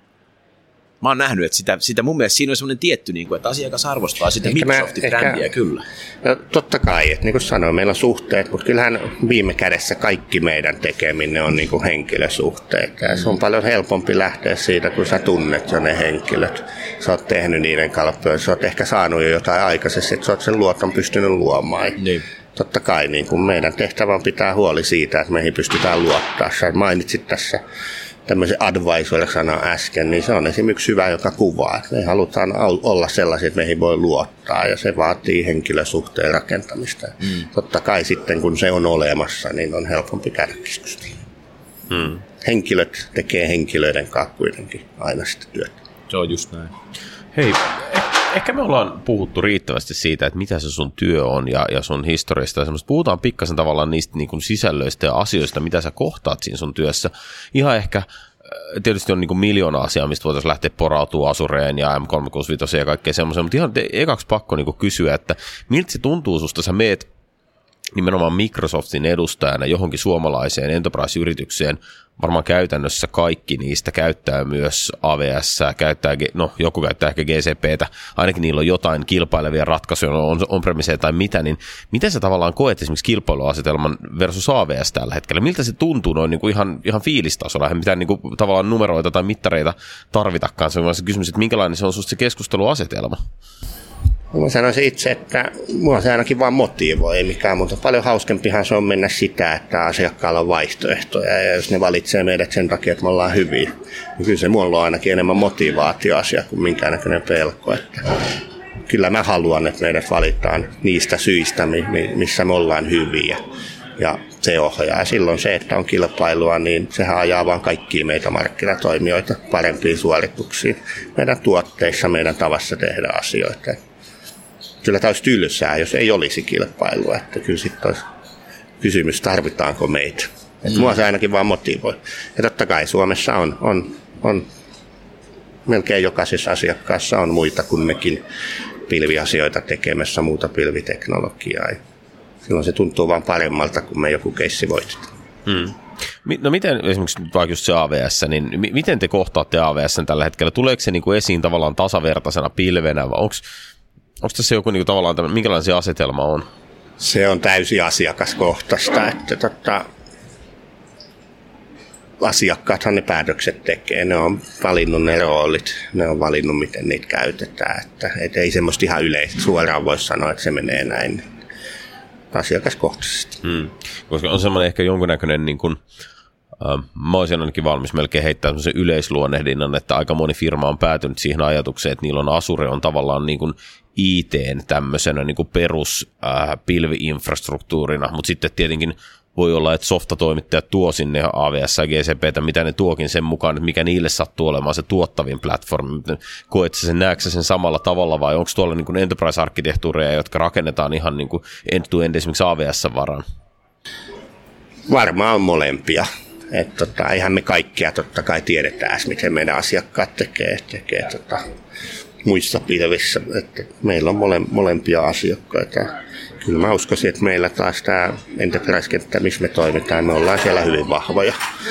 Mä oon nähnyt, että sitä, sitä mun mielestä siinä on semmoinen tietty, niin kuin, että asiakas arvostaa sitä Microsoftin brändiä kyllä. No, totta kai, että niin kuin sanoin, meillä on suhteet, mutta kyllähän viime kädessä kaikki meidän tekeminen on niin kuin henkilösuhteita. Ja se on paljon helpompi lähteä siitä, kun sä tunnet jo ne henkilöt. Sä oot tehnyt niiden kalppoja, sä oot ehkä saanut jo jotain aikaisesti, että sä oot sen luoton pystynyt luomaan. Niin. Totta kai niin kuin meidän tehtävä on pitää huoli siitä, että meihin pystytään luottaa. Sä mainitsit tässä tämmöisen advisor-sanan äsken, niin se on esimerkiksi hyvä, joka kuvaa. Me halutaan olla sellaisia, että meihin voi luottaa, ja se vaatii henkilösuhteen rakentamista. Mm. Totta kai sitten, kun se on olemassa, niin on helpompi käydä keskustella. Mm. Henkilöt tekee henkilöiden kanssa kuitenkin aina sitä työtä. Se on just näin. Hei, ehkä me ollaan puhuttu riittävästi siitä, että mitä se sun työ on ja, ja sun historiasta ja semmoista. Puhutaan pikkasen tavallaan niistä niin kuin sisällöistä ja asioista, mitä sä kohtaat siinä sun työssä. Ihan ehkä, tietysti on niin kuin miljoona asiaa, mistä voitaisiin lähteä porautumaan Azureen ja M kolmesataakuusikymmentäviisi ja kaikkea semmoisen, mutta ihan ekaksi pakko niin kuin kysyä, että miltä se tuntuu susta, sä meet nimenomaan Microsoftin edustajana johonkin suomalaiseen enterprise-yritykseen, varmaan käytännössä kaikki niistä käyttää myös A W S, käyttää, no joku käyttää ehkä G C P:tä, ainakin niillä on jotain kilpailevia ratkaisuja, on on-premiseen tai mitä, niin miten sä tavallaan koet esimerkiksi kilpailuasetelman versus A W S tällä hetkellä? Miltä se tuntuu noin niin kuin ihan, ihan fiilistasolla, eihän mitään niin kuin tavallaan numeroita tai mittareita tarvitakaan, se on se kysymys, että minkälainen se on susta se keskusteluasetelma? Mä sanoisin itse, että mua se ainakin vaan motivoi, ei mikään muuta. Paljon hauskempihan se on mennä sitä, että asiakkaalla on vaihtoehtoja, ja jos ne valitsee meidät sen takia, että me ollaan hyviä, niin kyllä se mulla on ainakin enemmän motivaatioasia kuin minkäännäköinen pelko. Että kyllä mä haluan, että meidät valitaan niistä syistä, missä me ollaan hyviä, ja se ohjaa. Ja silloin se, että on kilpailua, niin sehän ajaa vaan kaikkia meitä markkinatoimijoita parempiin suorituksiin meidän tuotteissa, meidän tavassa tehdä asioita. Kyllä tämä olisi tylsää, jos ei olisi kilpailua. Että kyllä sitten olisi kysymys, tarvitaanko meitä. Että mua se ainakin vaan motivoi. Ja totta kai Suomessa on, on, on melkein jokaisessa asiakkaassa on muita kuin mekin pilviasioita tekemässä, muuta pilviteknologiaa. Ja silloin se tuntuu vaan paremmalta, kun me joku keissi voitetaan. Hmm. No miten esimerkiksi vaikka just se A W S, niin m- miten te kohtaatte A W S:n tällä hetkellä? Tuleeko se niinku esiin tavallaan tasavertaisena pilvenä vai onko Onko tässä joku niin kuin, tavallaan, tämä, minkälainen se asetelma on? Se on täysin asiakaskohtaista, että tota, asiakkaathan ne päätökset tekee. Ne on valinnut ne roolit, ne on valinnut, miten niitä käytetään. Että, et ei semmoista ihan yleistä suoraan voi sanoa, että se menee näin asiakaskohtaisesti. Hmm. Koska on semmoinen ehkä jonkunnäköinen niin kuin, mä olisin ainakin valmis melkein heittää semmoisen yleisluonnehdinnan, että aika moni firma on päätynyt siihen ajatukseen, että niillä on Azure on tavallaan niin kuin I T:n tämmöisenä niin kuin perus äh, pilvi-infrastruktuurina, mutta sitten tietenkin voi olla, että softatoimittajat tuo sinne A W S ja G C P:tä, mitä ne tuokin sen mukaan, että mikä niille sattuu olemaan se tuottavin platformi. Koet sä sen, näetkö sen samalla tavalla vai onko tuolla niin kuin enterprise-arkkitehtuureja, jotka rakennetaan ihan niin kuin end-to-end esimerkiksi A W S:n varaan? Varmaan on molempia. Että tota, eihän me kaikkia totta kai tiedetään, miten meidän asiakkaat tekee, tekee tota, muissa pilvissä. Että meillä on mole, molempia asiakkaita. Kyllä mä uskoisin, että meillä taas tämä enterprise-kenttä, missä me toimitaan, me ollaan siellä hyvin vahvoja.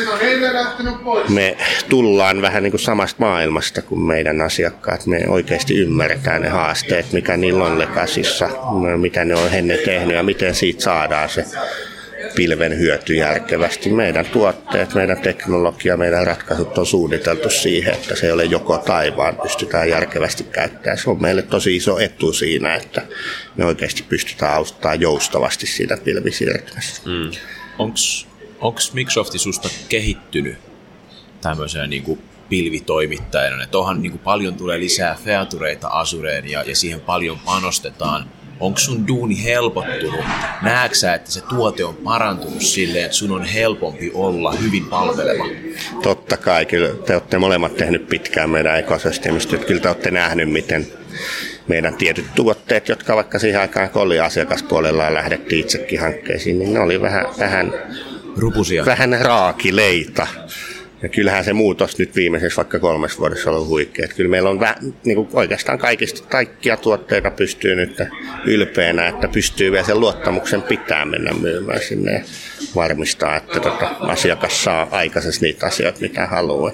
Me tullaan vähän niin kuin samasta maailmasta kuin meidän asiakkaat. Me oikeasti ymmärretään ne haasteet, mikä niillä on Legacyssa, mitä ne on ennen tehnyt ja miten siitä saadaan se pilven hyöty järkevästi. Meidän tuotteet, meidän teknologia, meidän ratkaisut on suunniteltu siihen, että se ei ole joko tai, vaan pystytään järkevästi käyttämään. Se on meille tosi iso etu siinä, että me oikeasti pystytään auttamaan joustavasti siinä pilvisiirtymässä. Mm. Onko Microsofti susta kehittynyt tämmöisenä niin kuin pilvitoimittajana? Että onhan niin kuin paljon tulee lisää featureita Azureen ja, ja siihen paljon panostetaan. Onko sun duuni helpottunut? Näetkö sä, että se tuote on parantunut silleen, että sun on helpompi olla hyvin palveleva? Totta kai, kyllä te olette molemmat tehnyt pitkään meidän ekosysteemistä. Kyllä te olette nähnyt, miten meidän tietyt tuotteet, jotka vaikka siihen aikaan, kun oli asiakaspuolella ja lähdettiin itsekin hankkeisiin, niin ne oli vähän, vähän, Rupusia. vähän raakileita. Ja kyllähän se muutos nyt viimeisessä vaikka kolmessa vuodessa on ollut huikea. Että kyllä meillä on väh, niin kuin oikeastaan kaikista kaikkia tuotteita pystyy nyt ylpeänä, että pystyy vielä sen luottamuksen pitää mennä myymään sinne ja varmistaa, että tota, asiakas saa aikaisesti niitä asioita, mitä haluaa.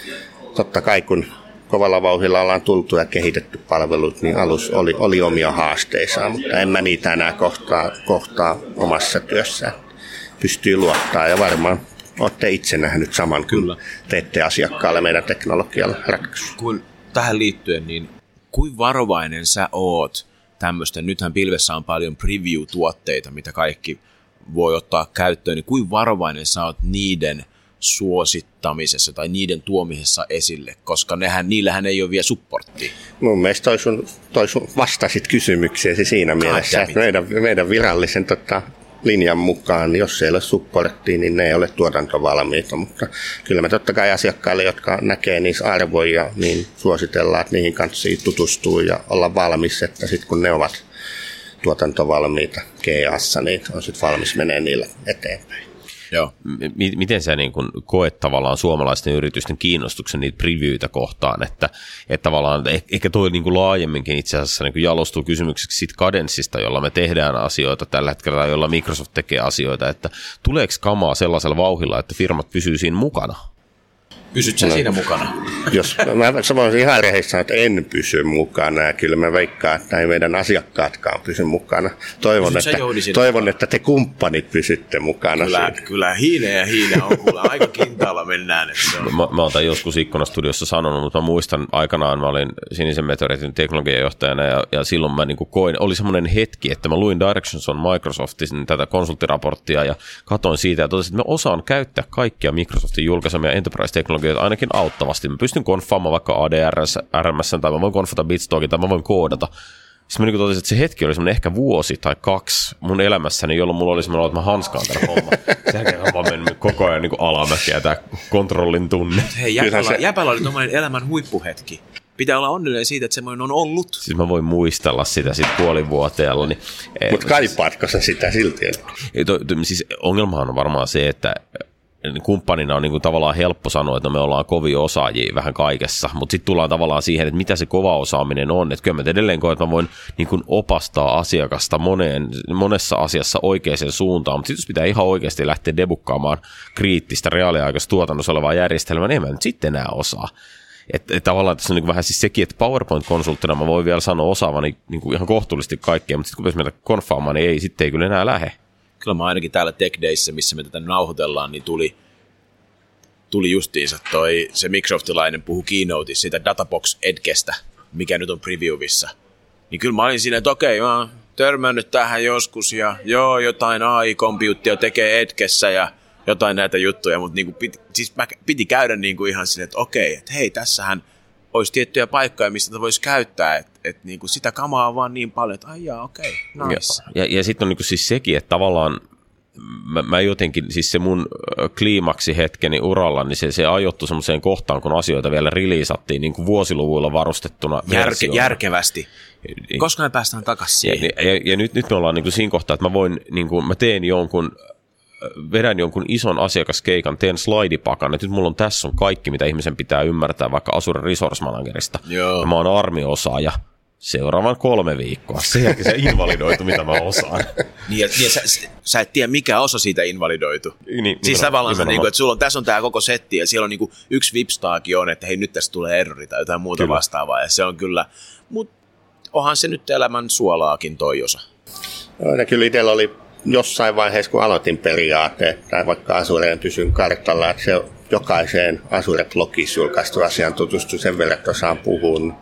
Totta kai kun kovalla vauhdilla ollaan tultu ja kehitetty palvelut, niin alus oli, oli omia haasteissaan, mutta en mä niitä enää kohtaa, kohtaa omassa työssään. Pystyy luottaa ja varmaan olette itse nähnyt saman, kyllä. Kun teette asiakkaalle meidän teknologialla ratkaisu. Kun tähän liittyen, niin kuin varovainen sä oot tämmöistä, nythän pilvessä on paljon preview-tuotteita, mitä kaikki voi ottaa käyttöön, niin kuin varovainen sä oot niiden suosittamisessa tai niiden tuomisessa esille, koska nehän, niillähän ei ole vielä supporttia. Mun mielestä toi sun, toi sun vastasit kysymykseesi siinä mielessä, että meidän, meidän virallisen tota, linjan mukaan, jos ei ole supporttia, niin ne ei ole tuotantovalmiita, mutta kyllä me totta kai asiakkaille, jotka näkee niissä arvoja, niin suositellaan, että niihin kanssa tutustuu ja olla valmis, että sitten kun ne ovat tuotantovalmiita G A:ssa, niin on sitten valmis menee niillä eteenpäin. Joo. M- miten sä niin kun koet tavallaan suomalaisten yritysten kiinnostuksen niitä previewitä kohtaan, että, että tavallaan eh- ehkä toi niin kuin laajemminkin itse asiassa niin kuin jalostuu kysymykseksi siitä kadenssista, jolla me tehdään asioita tällä hetkellä tai jolla Microsoft tekee asioita, että tuleeko kamaa sellaisella vauhdilla, että firmat pysyy siinä mukana? Pysyt sä no, siinä mukana? Jos mä voisin ihan rehellisesti sanoa, että en pysy mukana ja kyllä mä veikkaan, että ei meidän asiakkaatkaan pysy mukana. Toivon, että, toivon että te kumppanit pysytte mukana. Kyllä, kyllä hiine ja hiine on kuule aika kintaalla mennään. Että se on. Mä, mä oon tämän joskus Ikkona-studiossa sanonut, mutta mä muistan aikanaan, mä olin Sinisen Meteoritin teknologiajohtajana ja, ja silloin mä niin kuin koin, oli semmoinen hetki, että mä luin Directions on Microsoftin tätä konsulttiraporttia ja katsoin siitä ja totesin, että mä osaan käyttää kaikkia Microsoftin julkaisemia enterprise-teknologioita ainakin auttavasti. Mä pystyn konfaamaan vaikka A D R S, R M S, tai mä voin konfata Bitstalkin, tai mä voin koodata. Sitten mä niin totesin, että se hetki oli semmoinen ehkä vuosi tai kaksi mun elämässäni, jolloin mulla oli semmoinen, että mä hanskaan tämän homman. Sen jälkeen mä vaan mennyt koko ajan niin alamäkeä tää kontrollin tunne. Hei, jäpällä, se... jäpällä oli tommoinen elämän huippuhetki. Pitää olla onnellinen siitä, että semmoinen on ollut. Siis mä voin muistella sitä sit puolivuoteella. Niin, mutta kaipaatko sä sitä silti? Ei, to, to, siis ongelmahan on varmaan se, että kumppanina on niin kuin tavallaan helppo sanoa, että me ollaan kovia osaajia vähän kaikessa, mutta sitten tullaan tavallaan siihen, että mitä se kova osaaminen on. Että kyllä mä edelleen koen, että mä voin niin kuin opastaa asiakasta moneen, monessa asiassa oikeaan suuntaan, mutta sitten jos pitää ihan oikeasti lähteä debukkaamaan kriittistä reaaliaikaista tuotannossa olevaa järjestelmää, niin en mä nyt sitten enää osaa. Että et tavallaan tässä on niin vähän siis sekin, että PowerPoint-konsulttina mä voin vielä sanoa osaavani niin kuin ihan kohtuullisesti kaikkea, mutta sitten kun pitäisi mennä konfaamaan, niin ei, sitten ei kyllä enää lähe. Kyllä mä ainakin täällä Tech Dayssä, missä me tätä nauhoitellaan, niin tuli, tuli justiinsa toi, se Microsoftilainen puhui keynoteissa siitä Databox Edgestä, mikä nyt on previewissa. Niin kyllä mä olin siinä, että okei, mä oon törmännyt tähän joskus ja joo, jotain A I-kompiuttia tekee Edgessä ja jotain näitä juttuja, mutta niin kuin piti, siis mä piti käydä niin kuin ihan silleen, että okei, että hei, tässähän olisi tiettyjä paikkoja, mistä tätä voisi käyttää, että et niinku sitä kamaa on vaan niin paljon, että ai jaa, okei, okay, nice. Ja, ja, ja sitten on niinku siis sekin, että tavallaan mä, mä jotenkin, siis se mun kliimaksi hetkeni uralla, niin se, se ajoittui semmoiseen kohtaan, kun asioita vielä releasattiin niin kuin vuosiluvuilla varustettuna Järke, järkevästi. Koska me päästään takaisin siihen? Ja, ja, ja nyt, nyt me ollaan niin kuin siinä kohtaa, että mä voin, niin kuin, mä teen jonkun, vedän jonkun ison asiakaskeikan, teen slaidipakan, että nyt mulla on tässä on kaikki, mitä ihmisen pitää ymmärtää vaikka Azure Resource Managerista. Joo. Ja mä oon armiosaaja. Seuraavan kolme viikkoa. Sen jälkeen se invalidoitu, mitä mä osaan. Niin, ja, niin sä, sä et tiedä, mikä osa siitä invalidoitu. Niin, siis tavallaan se, niin että sulla on, tässä on tämä koko setti, ja siellä on niin kuin, yksi vipstaakin on, että hei, nyt tästä tulee errori tai jotain muuta kyllä. vastaavaa. Ja se on kyllä, mutta onhan se nyt elämän suolaakin toi osa. No, kyllä itsellä oli jossain vaiheessa, kun aloitin periaatteet, tai vaikka Azureen pysyn kartalla, että se jokaiseen Azure-blogissa julkaistu asian tutustu sen verran, että osaan puhua,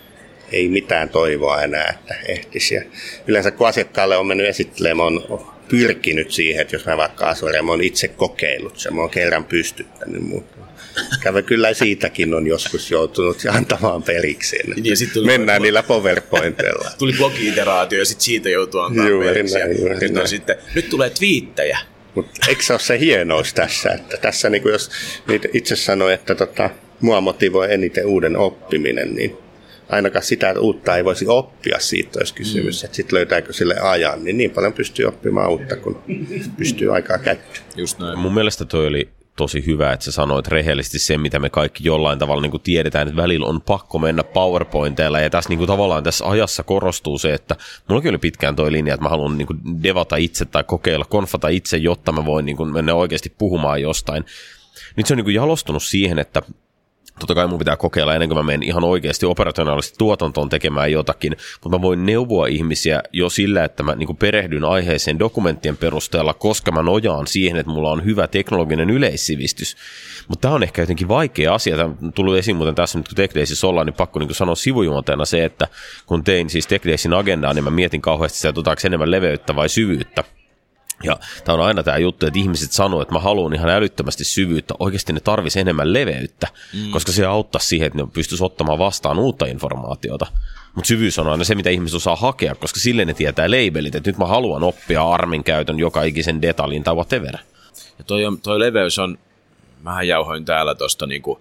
ei mitään toivoa enää, että ehtisi. Ja yleensä kun asiakkaalle on mennyt esittelemään, on pyrkinyt siihen, että jos mä vaikka Azureen, mä oon itse kokeillut sen, mä oon kerran pystyttänyt, mutta käve kyllä siitäkin on joskus joutunut antamaan periksi. Niin, mennään niillä PowerPointilla. Tuli blogi-iteraatio ja sitten siitä joutuu antamaan juuri periksi. Näin, juuri nyt, näin. Sitten, nyt tulee twiittejä. Mutta eikö se ole se hienous tässä, että tässä niin jos itse sanoi, että tota, mua motivoi eniten uuden oppiminen, niin ainakaan sitä uutta ei voisi oppia, siitä olisi kysymys, mm. että sitten löytääkö sille ajan, niin niin paljon pystyy oppimaan uutta, kun pystyy aikaa käyttämään. Just näin. Mun mielestä toi oli tosi hyvä, että sä sanoit rehellisesti sen, mitä me kaikki jollain tavalla niin kuin tiedetään, että välillä on pakko mennä PowerPointeilla, ja tässä niin kuin tavallaan tässä ajassa korostuu se, että mullakin oli pitkään toi linja, että mä haluan niin kuin devata itse tai kokeilla, konfata itse, jotta mä voin niin kuin mennä oikeasti puhumaan jostain. Nyt se on niin kuin jalostunut siihen, että totta kai mun pitää kokeilla ennen kuin mä menen ihan oikeasti operationaalisesti tuotantoon tekemään jotakin, mutta mä voin neuvoa ihmisiä jo sillä, että mä niin kuin perehdyn aiheeseen dokumenttien perusteella, koska mä nojaan siihen, että mulla on hyvä teknologinen yleissivistys. Mutta tämä on ehkä jotenkin vaikea asia. Tämä tuli esiin muuten tässä nyt, kun Tech Daysissä ollaan, niin pakko niin kuin sanoa sivujuonteena se, että kun tein siis Tech Daysin agendaa, niin mä mietin kauheasti sitä, että otetaanko enemmän leveyttä vai syvyyttä. Ja tämä on aina tämä juttu, että ihmiset sanoo, että mä haluan ihan älyttömästi syvyyttä. Oikeasti ne tarvisi enemmän leveyttä, mm. koska se auttaa siihen, että ne pystyisi ottamaan vastaan uutta informaatiota. Mutta syvyys on aina se, mitä ihmiset osaa hakea, koska sille ne tietää labelit, että nyt mä haluan oppia armin käytön joka ikisen detaljin tai whatever. Ja toi, on, toi leveys on, mähän jauhoin täällä tuosta, niinku,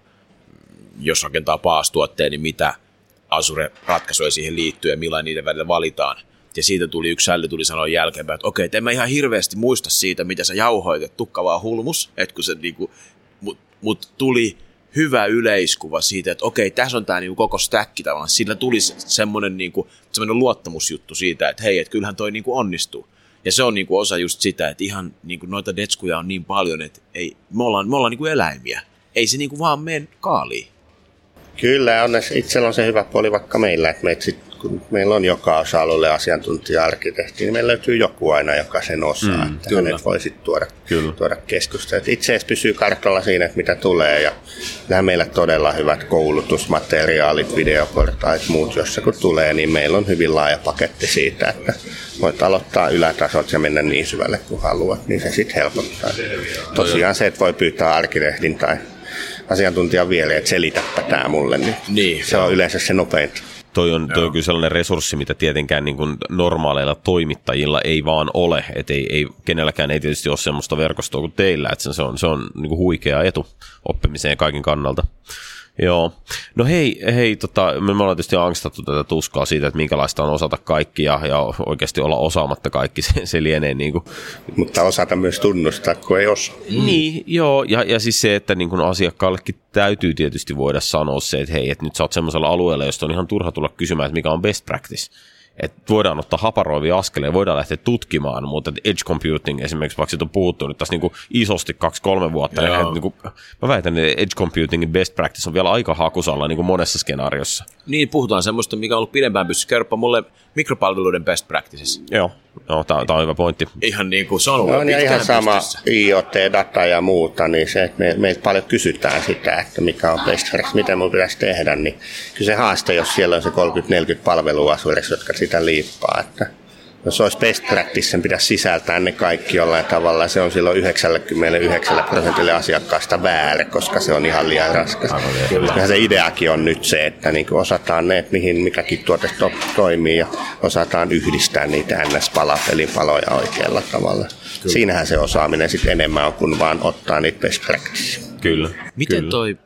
jos rakentaa PaaS-tuotteen, niin mitä Azure-ratkaisuja siihen liittyy ja millainen niiden välillä valitaan. Ja siitä tuli yksi sälli tuli sanoa jälkeenpäin, että okei, että en mä ihan hirveästi muista siitä, mitä sä jauhoit, että tukka vaan hulmus, että kun se niinku, mut, mut tuli hyvä yleiskuva siitä, että okei, tässä on tää niinku koko stäkki tavallaan, sillä tuli semmoinen niinku, semmoinen luottamusjuttu siitä, että hei, että kyllähän toi niinku onnistuu. Ja se on niinku osa just sitä, että ihan niinku noita detskuja on niin paljon, että ei, me ollaan, me ollaan niinku eläimiä. Ei se niinku vaan mene kaaliin. Kyllä, on, itsellä on se hyvä puoli vaikka meillä, että meitä sit, kun meillä on joka osa-alueelle asiantuntija-arkkitehti, niin meillä löytyy joku aina, joka sen osaa, mm, että kyllä. hänet voi sitten tuoda, tuoda keskustelua. Itse asiassa pysyy kartalla siinä, että mitä tulee, ja nämä meillä todella hyvät koulutusmateriaalit, videoportaalit, muut, jossa kun tulee, niin meillä on hyvin laaja paketti siitä, että voit aloittaa ylätasot ja mennä niin syvälle kuin haluat, niin se sitten helpottaa. Tosiaan se, että voi pyytää arkkitehdin tai asiantuntijan viereen, että selitäpä tämä mulle, niin, niin se on yleensä se nopeinta. Toi on, toi on kyllä sellainen resurssi, mitä tietenkään niin kuin normaaleilla toimittajilla ei vaan ole. Et ei, ei, kenelläkään ei tietysti ole semmoista verkostoa kuin teillä, että se on, se on niin kuin huikea etu oppimiseen kaiken kannalta. Joo. No hei, hei tota, me ollaan tietysti angstattu tätä tuskaa siitä, että minkälaista on osata kaikki ja, ja oikeasti olla osaamatta kaikki, se, se lienee niin kuin. Mutta osata myös tunnustaa, kun ei osaa. Mm. Niin, joo, ja, ja siis se, että niin kuin asiakkaallekin täytyy tietysti voida sanoa se, että hei, että nyt sä oot semmoisella alueella, josta on ihan turha tulla kysymään, että mikä on best practice. Että voidaan ottaa haparoivia askelia, voidaan lähteä tutkimaan, mutta edge computing esimerkiksi, vaikka siitä on puhuttu nyt tässä niin isosti kaksi kolme vuotta, niin, niin kuin, mä väitän, että edge computingin best practice on vielä aika hakusalla niin kuin monessa skenaariossa. Niin, puhutaan semmoista, mikä on ollut pidempään pystyssä. Kerropa mulle mikropalveluiden best practices. Joo, no, tämä on hyvä pointti. Ihan niin kuin se on ollut no, niin ihan sama pystyssä. I O T-data ja muuta, niin se, että me, meiltä paljon kysytään sitä, että mikä on best practice, mitä mun pitäisi tehdä, niin kyllä se haaste, jos siellä on se kolmekymmentä neljäkymmentä palvelua Azuressa, jotka sitä liippaa, että jos olisi best practice, sen pitäisi sisältää ne kaikki jollain tavalla. Se on silloin yhdeksänkymmentäyhdeksän prosentille asiakkaasta väärä, koska se on ihan liian raskas. Ja se ideakin on nyt se, että niin osataan ne, että mihin mikäkin tuote to- toimii ja osataan yhdistää niitä N S-palapelipaloja oikealla tavalla. Kyllä. Siinähän se osaaminen sitten enemmän on kuin vaan ottaa niitä best practice. Kyllä. Miten Kyllä. toi,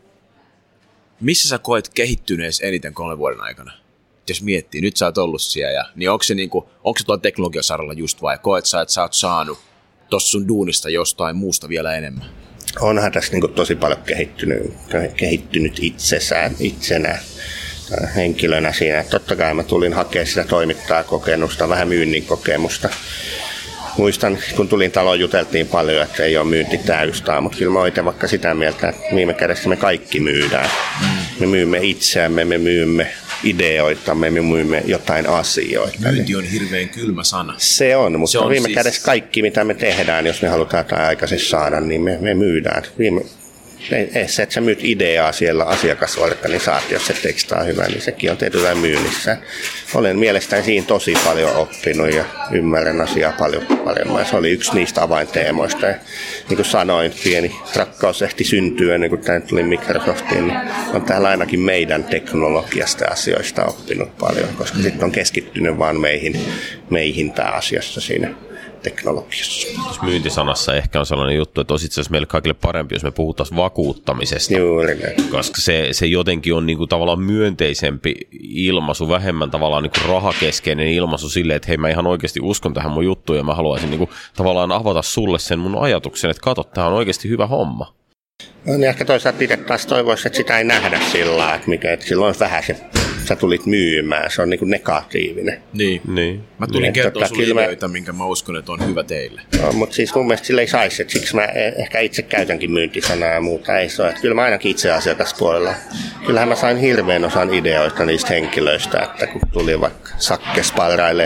missä sä koet kehittyneessä eniten kolmen vuoden aikana? Jos miettii, nyt sä oot ollut siellä, ja, niin onko se, niinku, onko se tuolla teknologiasaralla just vai koet sä, että sä oot saanut tuossa sun duunista jostain muusta vielä enemmän? Onhan tässä niinku tosi paljon kehittynyt, kehittynyt itsessään, itsenä henkilönä siinä. Totta kai mä tulin hakemaan sitä toimittajakokemusta, vähän myynnin kokemusta. Muistan, kun tulin taloon, juteltiin paljon, että ei ole myynti täystää, mutta kyllä mä oon itse vaikka sitä mieltä, että viime kädessä me kaikki myydään. Me myymme itseämme, me myymme ideoita, me myymme jotain asioita. Myynti on hirveän kylmä sana. Se on, mutta se on viime siis... kädessä kaikki, mitä me tehdään, jos me halutaan jotain aikaisesti saada, niin me, me myydään. Viime, ei, se, että sä myyt ideaa siellä asiakasorganisaatiossa, se teksta on hyvä, niin sekin on tietyllä myynnissä. Olen mielestäni siinä tosi paljon oppinut ja ymmärrän asiaa paljon paremmin. Se oli yksi niistä avainteemoista. Ja niin kuin sanoin, pieni rakkaus ehti syntyä ennen kuin tämä tuli Microsoftiin, niin on täällä ainakin meidän teknologiasta ja asioista oppinut paljon, koska mm. sitten on keskittynyt vaan meihin, meihin tämä asiassa siinä teknologiassa. Myyntisanassa ehkä on sellainen juttu, että olisi itse asiassa meille kaikille parempi, jos me puhuttaisiin vakuuttamisesta. Juuri näin. Koska se, se jotenkin on niinku tavallaan myönteisempi ilmaisu, vähemmän tavallaan niinku rahakeskeinen ilmaisu silleen, että hei, mä ihan oikeasti uskon tähän mun juttuun ja mä haluaisin niinku tavallaan avata sulle sen mun ajatuksen, että kato, tää on oikeasti hyvä homma. No, ehkä toisaalta itse taas toivoisi, että sitä ei nähdä sillä lailla, että, mikä, että silloin vähän se, sä tulit myymään, se on niin kuin negatiivinen. Niin. niin. Mä tulin niin, kertoa tota, sun ideoita, mä... minkä mä uskon, että on hyvä teille. No, mutta siis mun mielestä sillä ei saisi, että siksi mä ehkä itse käytänkin myyntisanaa ja muuta ei se ole. Että kyllä mä ainakin itse asiakaspuolella. Kyllähän mä sain hirveän osan ideoita niistä henkilöistä, että kun tuli vaikka sakkesparraille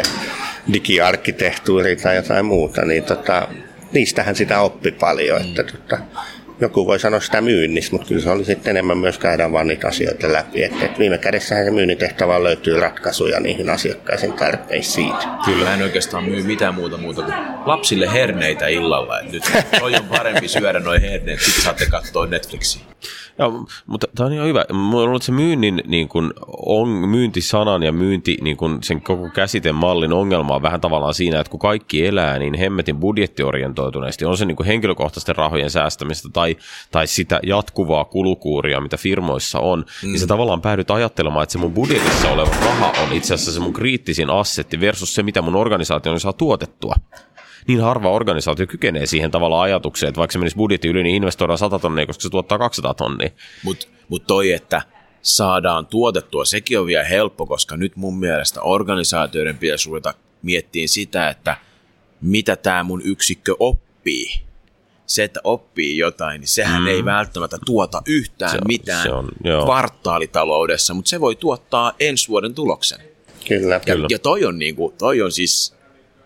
digiarkkitehtuuri tai jotain muuta, niin tota, niistähän sitä oppi paljon, että mm. tota, joku voi sanoa sitä myynnissä, mutta kyllä se oli sitten enemmän myös käydä vaan niitä asioita läpi. Että et viime kädessähän se myynnin tehtävään löytyy ratkaisuja niihin asiakkaisiin tarpeisiin. Kyllä en oikeastaan myy mitään muuta muuta kuin lapsille herneitä illalla. Et nyt toi on parempi syödä noi herneet, sitten saatte katsoa Netflixiä. Joo, mutta tämä on ihan hyvä. Mulla on ollut se myynnin, niin kun, on, myyntisanan ja myynti, niin kun sen koko käsitemallin ongelma on vähän tavallaan siinä, että kun kaikki elää niin hemmetin budjettiorientoituneesti, on se niin kun henkilökohtaisten rahojen säästämistä tai, tai sitä jatkuvaa kulukuuria, mitä firmoissa on, mm. niin se tavallaan päädyt ajattelemaan, että se mun budjetissa oleva raha on itse asiassa se mun kriittisin assetti versus se, mitä mun organisaatio saa tuotettua. Niin harva organisaatio kykenee siihen tavallaan ajatukseen, että vaikka se menisi budjetti yli, niin investoidaan sata tonnia, koska se tuottaa kaksisataa tonnia. Mutta mut toi, että saadaan tuotettua, sekin on vielä helppo, koska nyt mun mielestä organisaatioiden pitäisi ruveta miettimään sitä, että mitä tämä mun yksikkö oppii. Se, että oppii jotain, niin sehän mm. ei välttämättä tuota yhtään se on, mitään se on, kvartaalitaloudessa, mutta se voi tuottaa ensi vuoden tuloksen. Kyllä. Ja, Kyllä. ja toi on, niinku, toi on siis...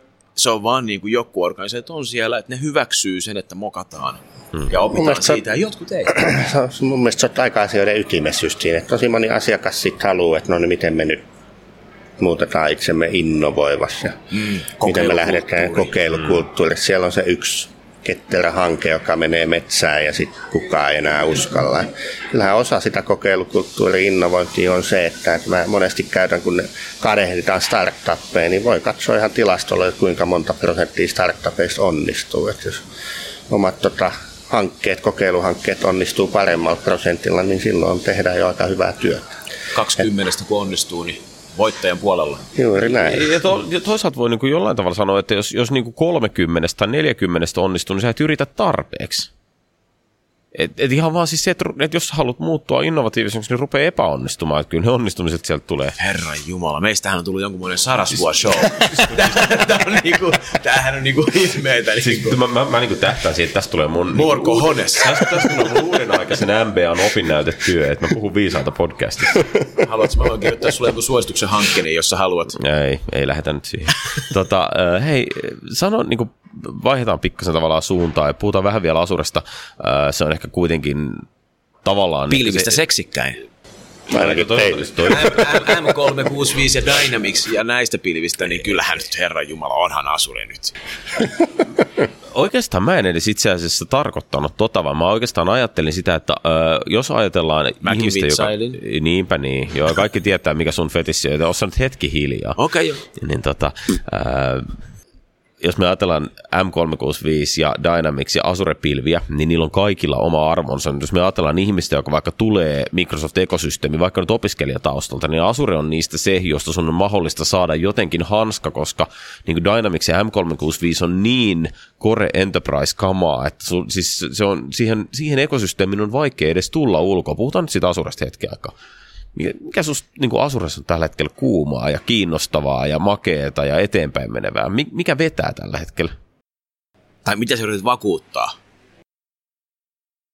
Se on vaan niin kuin joku organisaatio on siellä, että ne hyväksyy sen, että mokataan hmm. ja opitaan siitä, ja jotkut ei. Se on, mun mielestä se on aika-asioiden ytimessä just siinä, että tosi moni asiakas sitten haluaa, että no niin miten me nyt muutetaan itsemme innovoivassa. Hmm. Miten me lähdetään kokeilukulttuurissa. Hmm. Siellä on se yksi ketterä hanke, joka menee metsään ja sitten kukaan ei enää uskalla. Kyllähän osa sitä kokeilukulttuurin innovointia on se, että mä monesti käytän, kun ne kadehditaan startuppeja, niin voi katsoa ihan tilastolla, että kuinka monta prosenttia startupeista onnistuu. Että jos omat tota, hankkeet, kokeiluhankkeet onnistuu paremmalla prosentilla, niin silloin tehdään jo aika hyvää työtä. kaksikymmentä kun onnistuu, niin voittajan puolella. Juuri näin. Ja, to, ja toisaalta voi niin kuin jollain tavalla sanoa, että jos, jos niin kuin kolmekymmentä tai neljäkymmentä onnistuu, niin sä et yritä tarpeeksi. Et, et ihan vaan siis se, että, että jos haluat muuttua innovatiiviseksi, niin rupeaa epäonnistumaan. Että kyllä ne onnistumiset sieltä tulee. Herran jumala, meistähän on tullut jonkunmoinen Sarasvua-show. Tämähän on niinku ihmeitä. Siis, niinku. Mä, mä, mä niinku tähtään siihen, että tästä tulee mun... More cojones. Tästä, tästä tulee mun uuden aikaisen M B A:n opinnäytetyö, että mä puhun viisaata podcastista. Haluatko mä voin kirjoittaa sulle joku suosituksen hankkeen, jos sä haluat? Ei, ei lähdetä nyt siihen. tota, uh, hei, sano niinku... Vaihdetaan pikkasen tavallaan suuntaan ja puhutaan vähän vielä Azuresta. Se on ehkä kuitenkin tavallaan... Pilvistä se... seksikkäin. Ainakin M kolmesataakuusikymmentäviisi ja Dynamics ja näistä pilvistä, niin kyllähän nyt Herran Jumala onhan Azure nyt. Oikeastaan mä en edes itse asiassa tarkoittanut tota, vaan mä oikeastaan ajattelin sitä, että äh, jos ajatellaan Mäkin ihmistä, vitsailin. joka... Niinpä niin. Joo, kaikki tietää, mikä sun fetissi on. Ossa nyt hetki hiljaa. Okei, okay, joo. Niin tota... Äh, jos me ajatellaan M kolmesataakuusikymmentäviisi ja Dynamics ja Azure-pilviä, niin niillä on kaikilla oma arvonsa. Jos me ajatellaan ihmistä, joka vaikka tulee Microsoft-ekosysteemi, vaikka nyt opiskelijataustalta, niin Azure on niistä se, josta sun on mahdollista saada jotenkin hanska, koska niin kuin Dynamics ja M kolmesataakuusikymmentäviisi on niin Core Enterprise-kamaa, että su, siis se on, siihen, siihen ekosysteemiin on vaikea edes tulla ulkoa. Puhutaan nyt siitä Azuresta hetken aikaa. Mikä susta niin kuin Azuressa on tällä hetkellä kuumaa ja kiinnostavaa ja makeeta ja eteenpäin menevää? Mikä vetää tällä hetkellä? Tai mitä sä yrität vakuuttaa?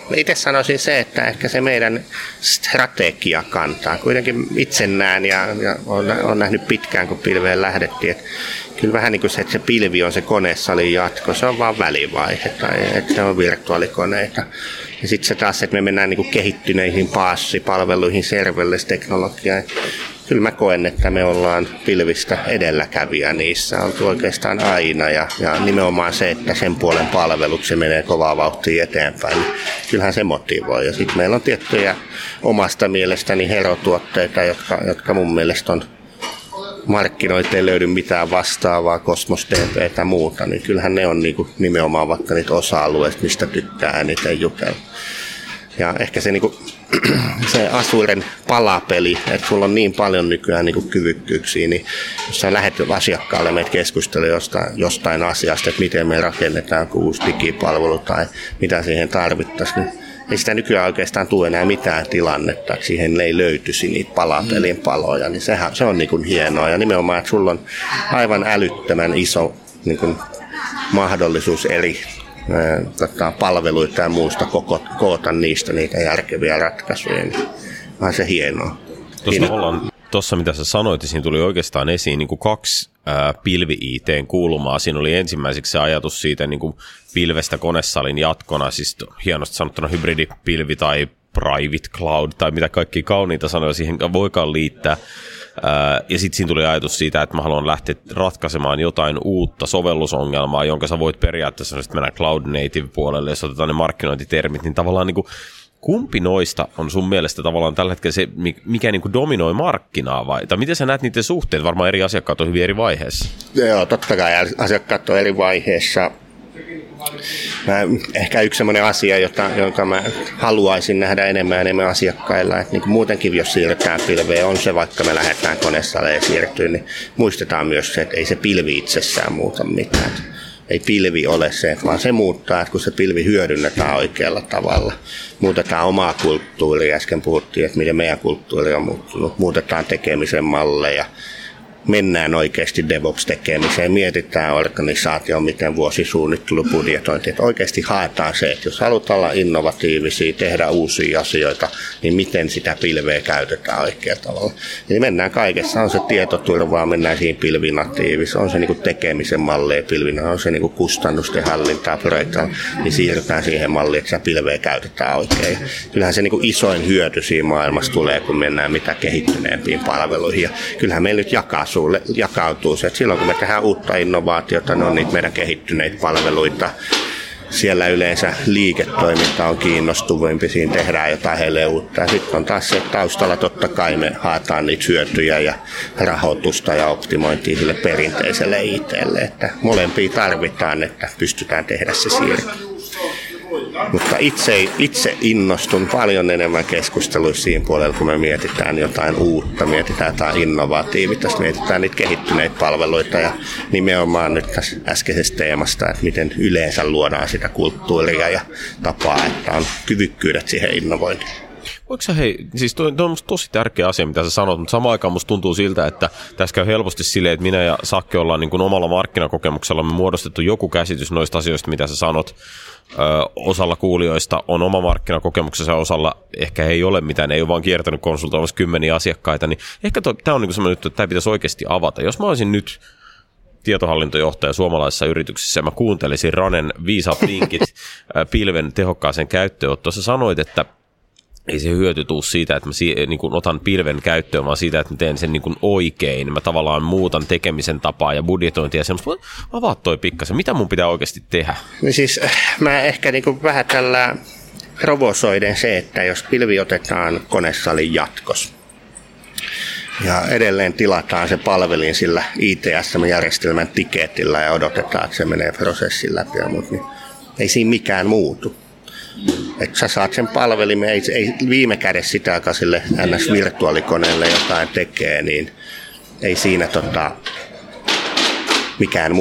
itse sanoisin se, että ehkä se meidän strategia kantaa. Kuitenkin itse näen ja, ja olen nähnyt pitkään, kun pilveen lähdettiin, että kyllä vähän niin kuin se, että se pilvi on se konesalin jatko, se on vaan välivaihe, tai että se on virtuaalikoneita. Ja sitten se taas, että me mennään niin kuin kehittyneihin paassipalveluihin, serverless-teknologiaan. Kyllä mä koen, että me ollaan pilvistä edelläkävijä niissä, on oikeastaan aina. Ja, ja nimenomaan se, että sen puolen palvelut, se menee kovaa vauhtia eteenpäin, niin kyllähän se motivoi. Ja sitten meillä on tiettyjä omasta mielestäni herotuotteita, jotka, jotka mun mielestä on markkinoita ei löydy mitään vastaavaa, Cosmos D P tai muuta, niin kyllähän ne on niinku nimenomaan vaikka niitä osa-alueista, mistä tykkää eniten jutella. Ja ehkä se, niinku, se Azuren palapeli, että sulla on niin paljon nykyään niinku kyvykkyyksiä, niin jos sä lähdet asiakkaalle meitä keskustelemaan jostain, jostain asiasta, että miten me rakennetaan uusi digipalvelu tai mitä siihen tarvittaisiin, niin ei sitä nykyään oikeastaan tule enää mitään tilannetta, että siihen ei löytyisi niitä palapelin paloja, niin sehän, se on niin kuin hienoa. Ja nimenomaan, että sulla on aivan älyttömän iso niin kuin mahdollisuus eri ää, tota, palveluita ja muusta koko, koota niistä niitä järkeviä ratkaisuja, niin on se hienoa. Tuossa mitä sä sanoit, siinä tuli oikeastaan esiin niin kuin kaksi ää, pilvi-I T:n kulmaa. Siinä oli ensimmäiseksi se ajatus siitä niin kuin pilvestä konesalin jatkona, siis hienosti sanottuna hybridipilvi tai private cloud tai mitä kaikki kauniita sanoja siihen voikaan liittää. Ää, ja sitten siinä tuli ajatus siitä, että mä haluan lähteä ratkaisemaan jotain uutta sovellusongelmaa, jonka sä voit periaatteessa mennä cloud native puolelle, jos otetaan ne markkinointitermit, niin tavallaan niin kuin kumpi noista on sun mielestä tavallaan tällä hetkellä se, mikä niin kuin dominoi markkinaa vai? Tai miten sä näet niiden suhteet? Varmaan eri asiakkaat on hyvin eri vaiheessa. Joo, totta kai asiakkaat on eri vaiheessa. Mä, ehkä yksi sellainen asia, jota, jonka mä haluaisin nähdä enemmän ja enemmän asiakkailla, että niin kuin muutenkin jos siirrytään pilveen, on se vaikka me lähdetään konesaleen siirtyä, niin muistetaan myös se, että ei se pilvi itsessään muuta mitään. Ei pilvi ole se, vaan se muuttaa, että kun se pilvi hyödynnetään oikealla tavalla. Muutetaan omaa kulttuuria, äsken puhuttiin, että miten meidän kulttuuri on muuttunut. Muutetaan tekemisen malleja, mennään oikeasti DevOps-tekemiseen, mietitään organisaatioon, miten vuosisuunnittelu, budjetointi. Että oikeasti haetaan se, että jos halutaan olla innovatiivisia, tehdä uusia asioita, niin miten sitä pilveä käytetään oikealla tavalla. Eli mennään kaikessa, on se tietoturvaa, mennään siihen pilvinatiivissa, on se niin tekemisen malleja pilvinä, on se niin kustannusten hallintaa, projektia, niin siirrytään siihen malliin, että sitä pilveä käytetään oikein. Ja kyllähän se niin isoin hyöty siinä maailmassa tulee, kun mennään mitä kehittyneempiin palveluihin. Ja kyllähän meillä nyt jakaa sulle, jakautuu se, että silloin kun me tehdään uutta innovaatiota, ne on niitä meidän kehittyneitä palveluita. Siellä yleensä liiketoiminta on kiinnostuvampi, siinä tehdään jotain heille uutta. Ja sitten on taas se, että taustalla totta kai me haetaan niitä hyötyjä ja rahoitusta ja optimointia sille perinteiselle I T:lle. Että molempia tarvitaan, että pystytään tehdä se siirto. Mutta itse, itse innostun paljon enemmän keskusteluissa siinä puolella, kun me mietitään jotain uutta, mietitään jotain innovatiivista, mietitään niitä kehittyneitä palveluita ja nimenomaan nyt tässä äskeisestä teemasta, että miten yleensä luodaan sitä kulttuuria ja tapaa, että on kyvykkyydet siihen innovointiin. Voiko sä, hei, siis toi, toi on musta tosi tärkeä asia, mitä sä sanot, mutta samaan aikaan musta tuntuu siltä, että tässä käy helposti silleen, että minä ja Sakke ollaan niin kuin omalla markkinakokemuksella me muodostettu joku käsitys noista asioista, mitä sä sanot. Ö, osalla kuulijoista on oma markkinakokemuksensa, osalla ehkä ei ole mitään, ei ole vaan kiertänyt konsultoimassa kymmeniä asiakkaita, niin ehkä tämä on niin kuin semmoinen juttu, että tämä pitäisi oikeasti avata. Jos mä olisin nyt tietohallintojohtaja suomalaisessa yrityksessä ja mä kuuntelisin Ranen viisaat vinkit pilven tehokkaaseen käyttöönottoon, sä sanoit, että ei se hyöty tuu siitä, että mä si- niin kun otan pilven käyttöön, vaan siitä, että mä teen sen niin kun oikein. Mä tavallaan muutan tekemisen tapaa ja budjetointia ja semmoista. Avaa toi pikkasen. Mitä mun pitää oikeasti tehdä? No siis mä ehkä niin kuin vähän tällä provosoiden se, että jos pilvi otetaan konesalin jatkos ja edelleen tilataan se palvelin sillä I T S-järjestelmän tiketillä ja odotetaan, että se menee prosessin läpi ja muut, niin ei siinä mikään muutu. Että sä saat sen palvelimen, ei, ei viime kädessä sitä, joka sille N S-virtuaalikoneelle jotain tekee, niin ei siinä tota, mikään muutu.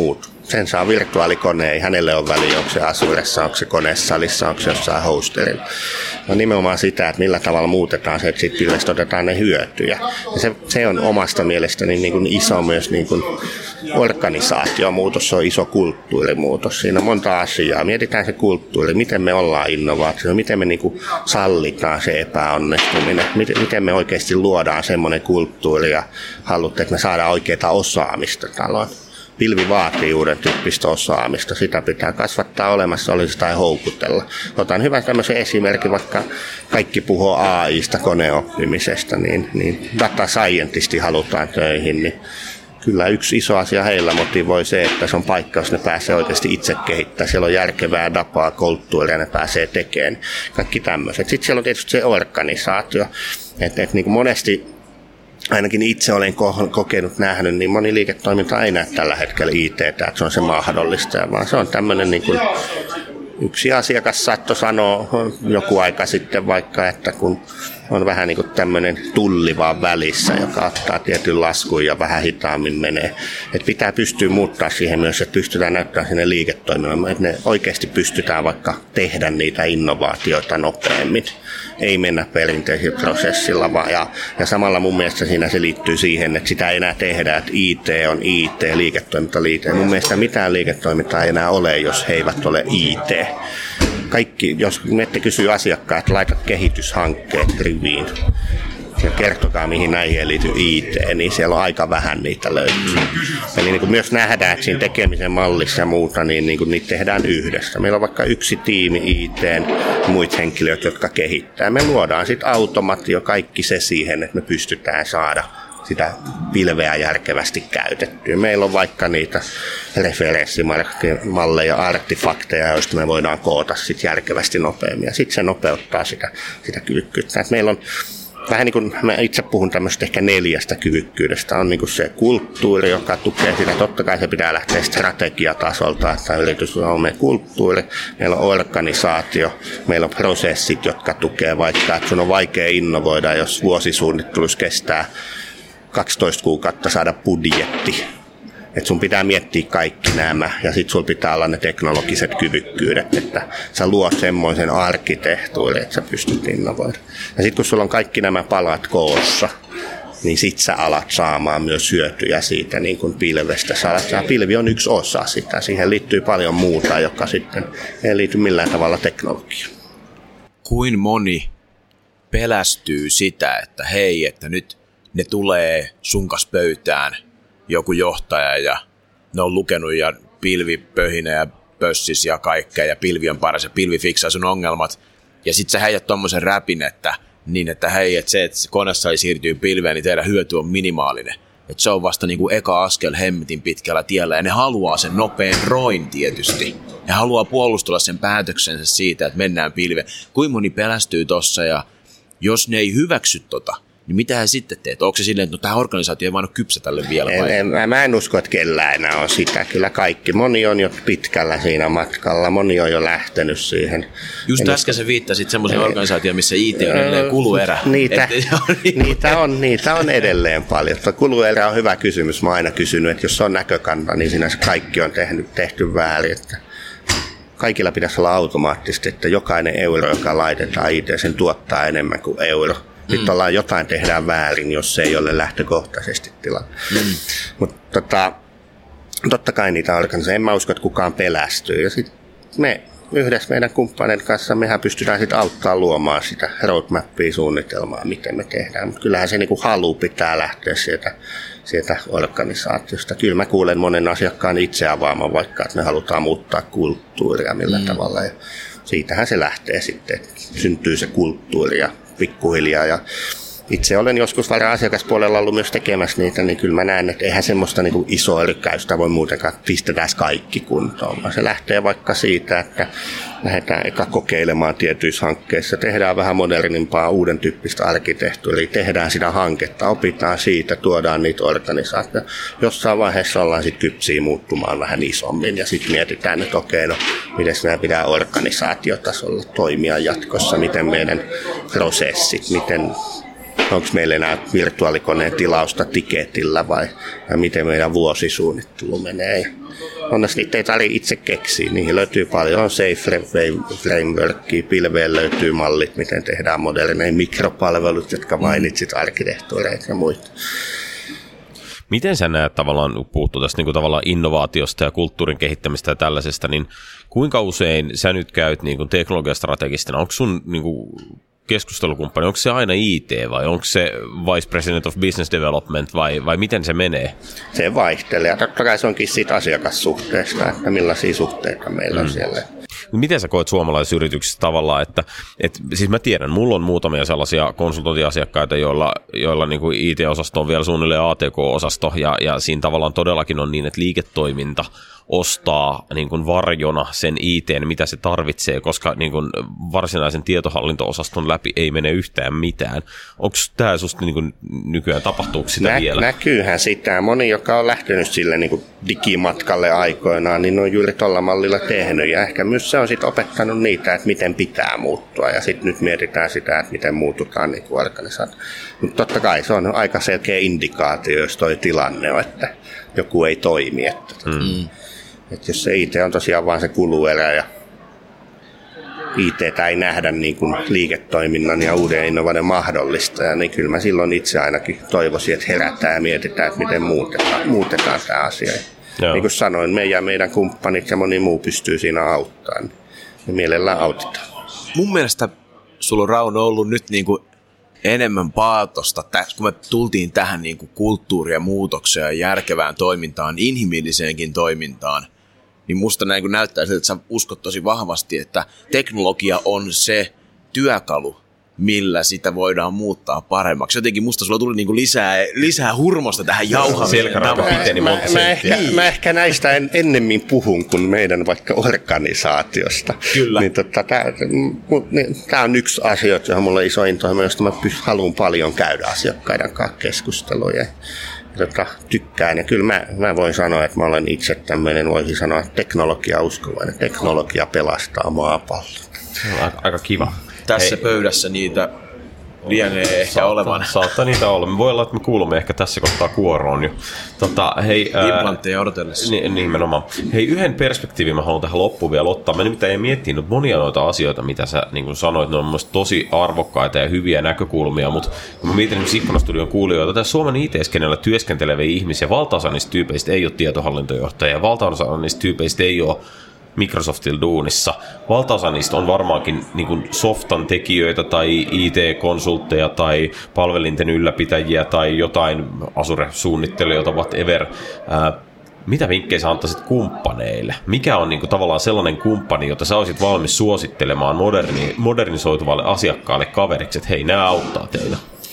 sen saa virtuaalikone, ei hänelle ole väliä, onko se asuudessa, onko se konesalissa, onko se jossain hosterilla. No nimenomaan sitä, että millä tavalla muutetaan se, että siitä pilvestä otetaan ne hyötyjä. Ja se, se on omasta mielestäni niin kuin iso myös niin kuin organisaatiomuutos, se on iso kulttuurimuutos. Siinä on monta asiaa. Mietitään se kulttuuri, miten me ollaan innovaatio, miten me niin kuin sallitaan se epäonnistuminen, miten, miten me oikeasti luodaan semmoinen kulttuuri ja haluatte, että me saadaan oikeaa osaamista taloon. Pilvi vaatii uuden tyyppistä osaamista, sitä pitää kasvattaa olemassa olisi tai houkutella. Otan hyvän tämmöisen esimerkin, vaikka kaikki puhuu A I:sta, koneoppimisesta, niin, niin data scientisti halutaan töihin, niin kyllä yksi iso asia heillä motivoi se, että se on paikka, jos ne pääsee oikeasti itse kehittämään. Siellä on järkevää dapaa, kulttuuria, ne pääsee tekemään. Kaikki tämmöiset. Sitten siellä on tietysti se organisaatio. Että et niin kuin monesti, ainakin itse olen kokenut, nähnyt, niin moni liiketoiminta ei näe tällä hetkellä I T:tä, että se on se mahdollista, vaan se on tämmöinen niin kuin yksi asiakas saattoi sanoa joku aika sitten vaikka, että kun on vähän niin kuin tämmöinen tulli vaan välissä, joka ottaa tietyn laskun ja vähän hitaammin menee. Että pitää pystyä muuttaa siihen myös, että pystytään näyttämään sinne liiketoiminnan, että ne oikeasti pystytään vaikka tehdä niitä innovaatioita nopeammin. Ei mennä perinteisellä prosessilla vaan. Ja, ja samalla mun mielestä siinä se liittyy siihen, että sitä ei enää tehdä, että I T on I T, liiketoiminta liite. Mun mielestä mitään liiketoimintaa ei enää ole, jos he eivät ole I T. Kaikki, jos me ette kysy asiakkaat, että laita kehityshankkeet riviin ja kertokaa, mihin näihin liittyy I T, niin siellä on aika vähän niitä löytyy. Eli niin kuin myös nähdään, että siinä tekemisen mallissa ja muuta, niin, niin kuin niitä tehdään yhdessä. Meillä on vaikka yksi tiimi I T:n muut henkilöt, jotka kehittää. Me luodaan sitten automaatio kaikki se siihen, että me pystytään saada sitä pilveä järkevästi käytettyä. Meillä on vaikka niitä referenssimalleja, artefakteja, joista me voidaan koota sit järkevästi nopeammin. Ja sitten se nopeuttaa sitä, sitä kyvykkyyttä. Et meillä on vähän niin kuin, mä itse puhun tämmöistä ehkä neljästä kyvykkyydestä. On niin kuin se kulttuuri, joka tukee sitä. Totta kai se pitää lähteä strategiatasolta, että yritys on meidän kulttuuri. Meillä on organisaatio, meillä on prosessit, jotka tukee vaikka, että sun on vaikea innovoida, jos vuosisuunnittelussa kestää kaksitoista kuukautta saada budjetti. Että sun pitää miettiä kaikki nämä ja sit sulla pitää olla ne teknologiset kyvykkyydet, että sä luot semmoisen arkkitehtuurin, että sä pystyt innovoida. Ja sit kun sulla on kaikki nämä palat koossa, niin sit sä alat saamaan myös hyötyjä siitä niin kuin pilvestä. Sä alat saa, pilvi on yksi osa sitä. Siihen liittyy paljon muuta, joka sitten ei liity millään tavalla teknologiaan. Kuin moni pelästyy sitä, että hei, että nyt ne tulee sunkas pöytään, joku johtaja, ja ne on lukenut, ja pilvi pöhinä ja pössis ja kaikkea, ja pilvi on paras, ja pilvi fiksaa sun ongelmat. Ja sit sä heijät tommosen räpin, että niin, että hei, että se, että koneessa ei siirtyy pilveen, niin teidän hyöty on minimaalinen. Että se on vasta niinku eka askel hemmetin pitkällä tiellä, ja ne haluaa sen nopean roin tietysti. Ne haluaa puolustella sen päätöksensä siitä, että mennään pilveen. Kuinka moni pelästyy tossa, ja jos ne ei hyväksy tota, niin mitä hän sitten teet? Onko se silleen, että no, tämä organisaatio ei vaan ole kypsä tälle vielä? Vai? En, en, mä en usko, että kellään enää on sitä. Kyllä kaikki. Moni on jo pitkällä siinä matkalla. Moni on jo lähtenyt siihen. Just en äsken usko... sä viittasit semmoisen organisaatioon, missä I T on edelleen kuluerä. Niitä, niitä, on, niitä on edelleen paljon. Kuluerä on hyvä kysymys. Mä oon aina kysynyt, että jos se on näkökanta, niin siinä kaikki on tehty, tehty väärin. Että kaikilla pitäisi olla automaattisesti, että jokainen euro, joka laitetaan I T, sen tuottaa enemmän kuin euro. Nyt mm. ollaan jotain tehdään väärin, jos se ei ole lähtökohtaisesti tilanne. Mm. Mutta tota, totta kai niitä organisaatioita, en mä usko, että kukaan pelästyy. Ja sitten me yhdessä meidän kumppaneiden kanssa, mehän pystytään sitten auttaa luomaan sitä roadmappia, suunnitelmaa, miten me tehdään. Mutta kyllähän se niinku halu pitää lähteä sieltä, sieltä organisaatiosta. Kyllä mä kuulen monen asiakkaan itse avaamaan vaikka, että me halutaan muuttaa kulttuuria millä mm. tavalla. Ja siitähän se lähtee sitten, että syntyy se kulttuuri ja pikkuhiljaa. Ja itse olen joskus varmaan asiakaspuolella ollut myös tekemässä niitä, niin kyllä mä näen, että eihän semmoista niin kuin isoa lykkäystä voi muutenkaan pistetään kaikki kuntoon. Vaan se lähtee vaikka siitä, että lähdetään eka kokeilemaan tietyissä hankkeissa, tehdään vähän modernimpaa, uuden tyyppistä arkkitehtuuria, tehdään sitä hanketta, opitaan siitä, tuodaan niitä organisaatioita. Jossain vaiheessa ollaan sitten kypsiä muuttumaan vähän isommin ja sitten mietitään, että okei, no miten nämä pitää organisaatiotasolla toimia jatkossa, miten meidän prosessit, miten onko meillä enää virtuaalikoneen tilausta tiketillä vai ja miten meidän vuosisuunnittelu menee. Onneksi niitä ei tarvitse itse keksiä. Niihin löytyy paljon on Safe Frameworkia, pilveen löytyy mallit, miten tehdään moderneja mikropalvelut, jotka mainitsit, arkkitehtuureita ja muita. Miten sä näet tavallaan, puhuttu tästä niin kuin tavallaan innovaatiosta ja kulttuurin kehittämistä ja tällaisesta, niin kuinka usein sä nyt käyt niin kuin teknologiastrategistina? Onko sun niin kuin keskustelukumppani, onko se aina I T vai onko se Vice President of Business Development vai, vai miten se menee? Se vaihtelee ja totta kai se onkin siitä asiakassuhteesta, että millaisia suhteita meillä mm. on siellä. Miten sä koet suomalaisissa yrityksissä tavallaan, että, että siis mä tiedän, mulla on muutamia sellaisia konsultointiasiakkaita, joilla, joilla niin kuin I T-osasto on vielä suunnilleen A T K-osasto ja, ja siinä tavallaan todellakin on niin, että liiketoiminta ostaa niin kuin varjona sen I T:n, mitä se tarvitsee, koska niin kuin varsinaisen tietohallinto-osaston läpi ei mene yhtään mitään. Onko tämä susta niin kuin nykyään, tapahtuuko sitä Nä, vielä? Näkyyhän sitä. Moni, joka on lähtenyt sille niin kuin digimatkalle aikoinaan, niin on juuri tuolla mallilla tehnyt. Ja ehkä myös se on sitten opettanut niitä, että miten pitää muuttua. Ja sitten nyt mietitään sitä, että miten muututaan niin kuin organisaatio. Mutta totta kai se on aika selkeä indikaatio, jos toi tilanne on, että joku ei toimi. Että mm. Että jos se I T on tosiaan vaan se kuluerä ja I T:tä ei nähdä niin kuin liiketoiminnan ja uuden innovaation mahdollistaja, niin kyllä mä silloin itse ainakin toivoisin, että herätään ja mietitään, että miten muutetaan, muutetaan tämä asia. Joo. Niin kuin sanoin, me ja meidän kumppanit ja moni muu pystyy siinä auttamaan, niin mielellään autetaan. Mun mielestä sulla on, Rauno, ollut nyt niin kuin enemmän paatosta, kun me tultiin tähän niin kuin kulttuuria, muutokseen ja järkevään toimintaan, inhimilliseenkin toimintaan, niin musta näin kun näyttää siltä, että sä uskot tosi vahvasti, että teknologia on se työkalu, millä sitä voidaan muuttaa paremmaksi. Jotenkin musta sulla tuli niinku lisää, lisää hurmosta tähän jauhamiseen. Selkäranka piteni monta senttiä. Mä, mä ehkä näistä en, ennemmin puhun kuin meidän vaikka organisaatiosta. Kyllä. Niin, tota, Tämä on yksi asia, johon mulla on iso intohimo, josta mä haluan paljon käydä asiakkaiden kanssa keskusteluja. Tota, tykkään. Ja kyllä mä, mä voin sanoa, että mä olen itse tämmöinen, voisin sanoa, teknologia uskovainen. Teknologia pelastaa maapallon. Se on aika, aika kiva. Tässä Hei. pöydässä niitä lienee ehkä saattaa, olevan. Saattaa niitä olla. Me voi olla, että me kuulumme ehkä tässä kohtaa kuoroon jo. Tota, hei, implantteja odotellessa. Ni, nimenomaan. Hei, yhden perspektiivin mä haluan tähän loppuun vielä ottaa. Mä nimittäin en miettinyt monia noita asioita, mitä sä niin kuin sanoit. Ne on mielestäni tosi arvokkaita ja hyviä näkökulmia, mutta kun mä mietin esimerkiksi Ikkunastudion kuulijoita, tässä Suomen I T-skenellä työskenteleviä ihmisiä, valtaosa niistä tyypeistä ei ole tietohallintojohtajia, valtaosa niistä tyypeistä ei ole Microsoftilla duunissa. Valtaosa niistä on varmaankin niin kuin softan tekijöitä tai I T-konsultteja tai palvelinten ylläpitäjiä tai jotain Azure-suunnittelijoita, whatever. Ää, mitä vinkkejä sä antaisit kumppaneille? Mikä on niin kuin tavallaan sellainen kumppani, jota sä olisit valmis suosittelemaan moderni, modernisoituvalle asiakkaalle kaveriksi, että hei, nämä auttaa teitä?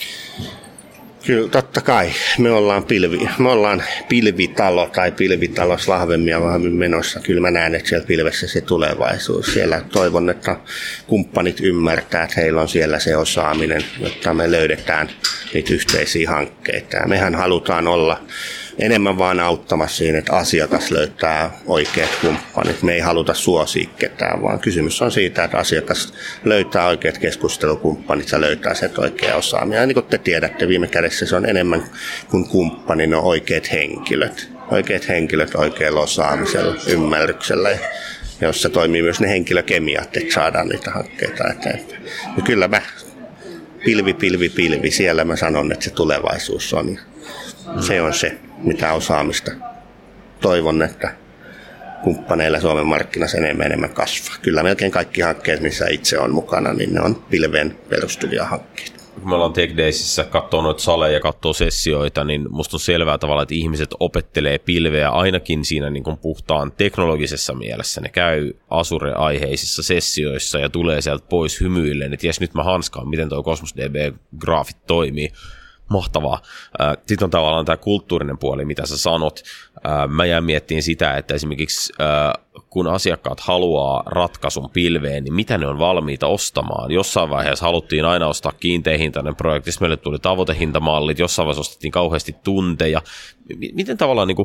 Kyllä, totta kai. Me ollaan, pilvi, me ollaan pilvitalo tai pilvitalos vahvemmia vahvemmin menossa. Kyllä mä näen, että siellä pilvessä se tulevaisuus. Siellä toivon, että kumppanit ymmärtää, että heillä on siellä se osaaminen, jotta me löydetään niitä yhteisiä hankkeita. Ja mehän halutaan olla enemmän vaan auttamassa siinä, että asiakas löytää oikeat kumppanit. Me ei haluta suosia ketään, vaan kysymys on siitä, että asiakas löytää oikeat keskustelukumppanit ja löytää sen oikea osaaminen. Ja niin kuin te tiedätte, viime kädessä se on enemmän kuin kumppani, ne on oikeat henkilöt. Oikeat henkilöt oikealla osaamisella, ymmärryksellä, jossa toimii myös ne henkilökemiat, että saadaan niitä hankkeita eteenpäin. Ja kyllä mä pilvi, pilvi, pilvi, siellä mä sanon, että se tulevaisuus on. Se on se, mitä osaamista toivon, että kumppaneilla Suomen markkinassa enemmän enemmän kasvaa. Kyllä melkein kaikki hankkeet, missä itse on mukana, niin ne on pilveen perustuvia hankkeita. Kun me ollaan Tech Daysissä, katsoo noita saleja ja katsoo sessioita, niin musta on selvää tavalla, että ihmiset opettelee pilveä ainakin siinä niin kuin puhtaan teknologisessa mielessä. Ne käy Azure-aiheisissa sessioissa ja tulee sieltä pois hymyilleen, että jes, nyt mä hanskaan, miten toi Cosmos D B-graafit toimii. Mahtavaa. Sitten on tavallaan tämä kulttuurinen puoli, mitä sä sanot. Mä jään miettiin sitä, että esimerkiksi kun asiakkaat haluaa ratkaisun pilveen, niin mitä ne on valmiita ostamaan. Jossain vaiheessa haluttiin aina ostaa kiinteähintainen projekti, meille tuli tavoitehintamallit, jossain vaiheessa ostettiin kauheasti tunteja. Miten tavallaan niin kuin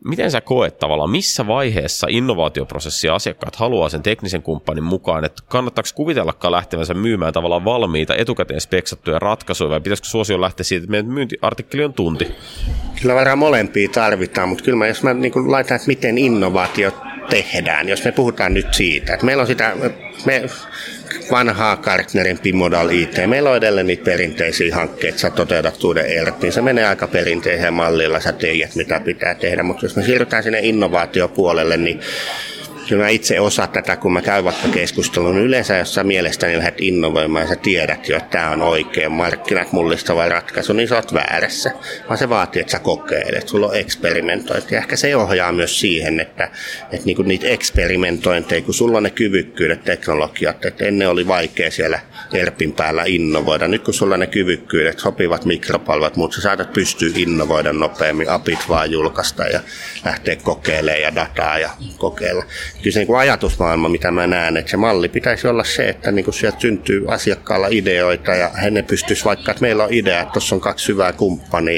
miten sä koet tavallaan, missä vaiheessa innovaatioprosessia asiakkaat haluaa sen teknisen kumppanin mukaan, että kannattaako kuvitellakaan lähtevänsä myymään tavallaan valmiita etukäteen speksattuja ratkaisuja, vai pitäisikö suosio lähteä siitä, että meidän myyntiartikkeli on tunti? Kyllä varmaan molempia tarvitaan, mutta kyllä mä, jos mä niin laitan, että miten innovaatio tehdään, jos me puhutaan nyt siitä, että meillä on sitä me, vanhaa Gartnerin bimodal I T, meillä on edelleen niitä perinteisiä hankkeita, sä toteutat uuden E R P:in, se menee aika perinteiseen mallilla, sä tiedät mitä pitää tehdä, mutta jos me siirrytään sinne innovaatiopuolelle, niin kyllä mä itse osaan tätä, kun mä käyn vaikka keskustelun, niin yleensä jos sä mielestäni lähdet innovoimaan ja sä tiedät jo, että tämä on oikein markkinat mullistava ratkaisu, niin sä oot väärässä. Vaan se vaatii, että sä kokeilet, sulla on eksperimentointi. Ja ehkä se ohjaa myös siihen, että, että niinku niitä eksperimentointeja, kun sulla on ne kyvykkyydet, teknologiat, että ennen oli vaikea siellä E R P:n päällä innovoida. Nyt kun sulla on ne kyvykkyydet, sopivat mikropalvelut, mutta sä saatat pystyä innovoida nopeammin, apit vaan julkaista ja lähteä kokeilemaan ja dataa ja kokeilla. Kyllä se niin kuin ajatusmaailma, mitä mä näen, että se malli pitäisi olla se, että niin kuin sieltä syntyy asiakkaalla ideoita ja he pystyisi vaikka, että meillä on idea, että tuossa on kaksi hyvää kumppania,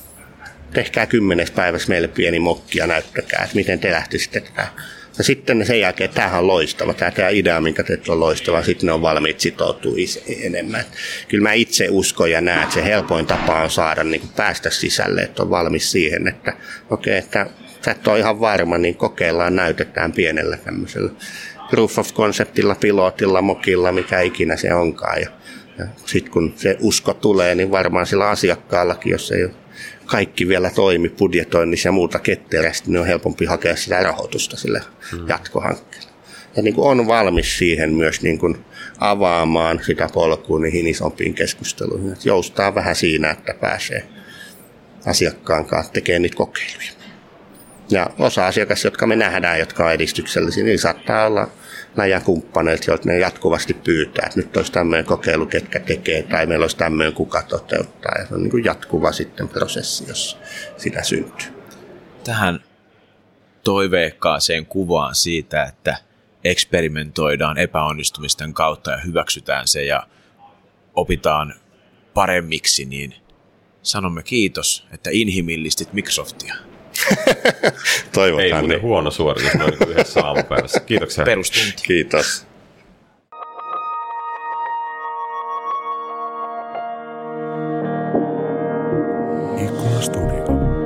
tehkää kymmenes päivässä meille pieni mokki ja näyttäkää, että miten te lähtisitte tätä. Ja sitten sen jälkeen, että tämähän on loistava, tämä, tämä idea, minkä teet on loistava, sitten ne on valmiit sitoutua enemmän. Kyllä mä itse uskon ja näen, että se helpoin tapa on saada niin kuin päästä sisälle, että on valmis siihen, että okei, okay, että sä et ole ihan varma, niin kokeillaan, näytetään pienellä tämmöisellä proof of conceptilla, pilotilla, mokilla, mikä ikinä se onkaan. Ja, ja sitten kun se usko tulee, niin varmaan sillä asiakkaallakin, jos ei ole kaikki vielä toimi budjetoinnissa ja muuta ketterästi, niin on helpompi hakea sitä rahoitusta sille hmm. jatkohankkeelle. Ja niin kuin on valmis siihen myös niin kuin avaamaan sitä polkua niihin isompiin keskusteluihin. Että joustaa vähän siinä, että pääsee asiakkaan kanssa tekemään niitä kokeiluja. Ja osa asiakas, jotka me nähdään, jotka on edistyksellisiä, niin saattaa olla näitä kumppaneilta, joilta ne jatkuvasti pyytää, että nyt olisi tämmöinen kokeilu, ketkä tekee, tai meillä olisi tämmöinen, kuka toteuttaa. Ja se on niin kuin jatkuva sitten prosessi, jos sitä syntyy. Tähän toiveikkaaseen kuvaan siitä, että eksperimentoidaan epäonnistumisten kautta ja hyväksytään se ja opitaan paremmiksi, niin sanomme kiitos, että inhimillistit Microsoftia. Toivotaan. Ei muuten niin. Huono suoritus noin yhdessä aamupäivässä. Kiitoksia. Perustunti. Kiitos. Ikkuna Studio.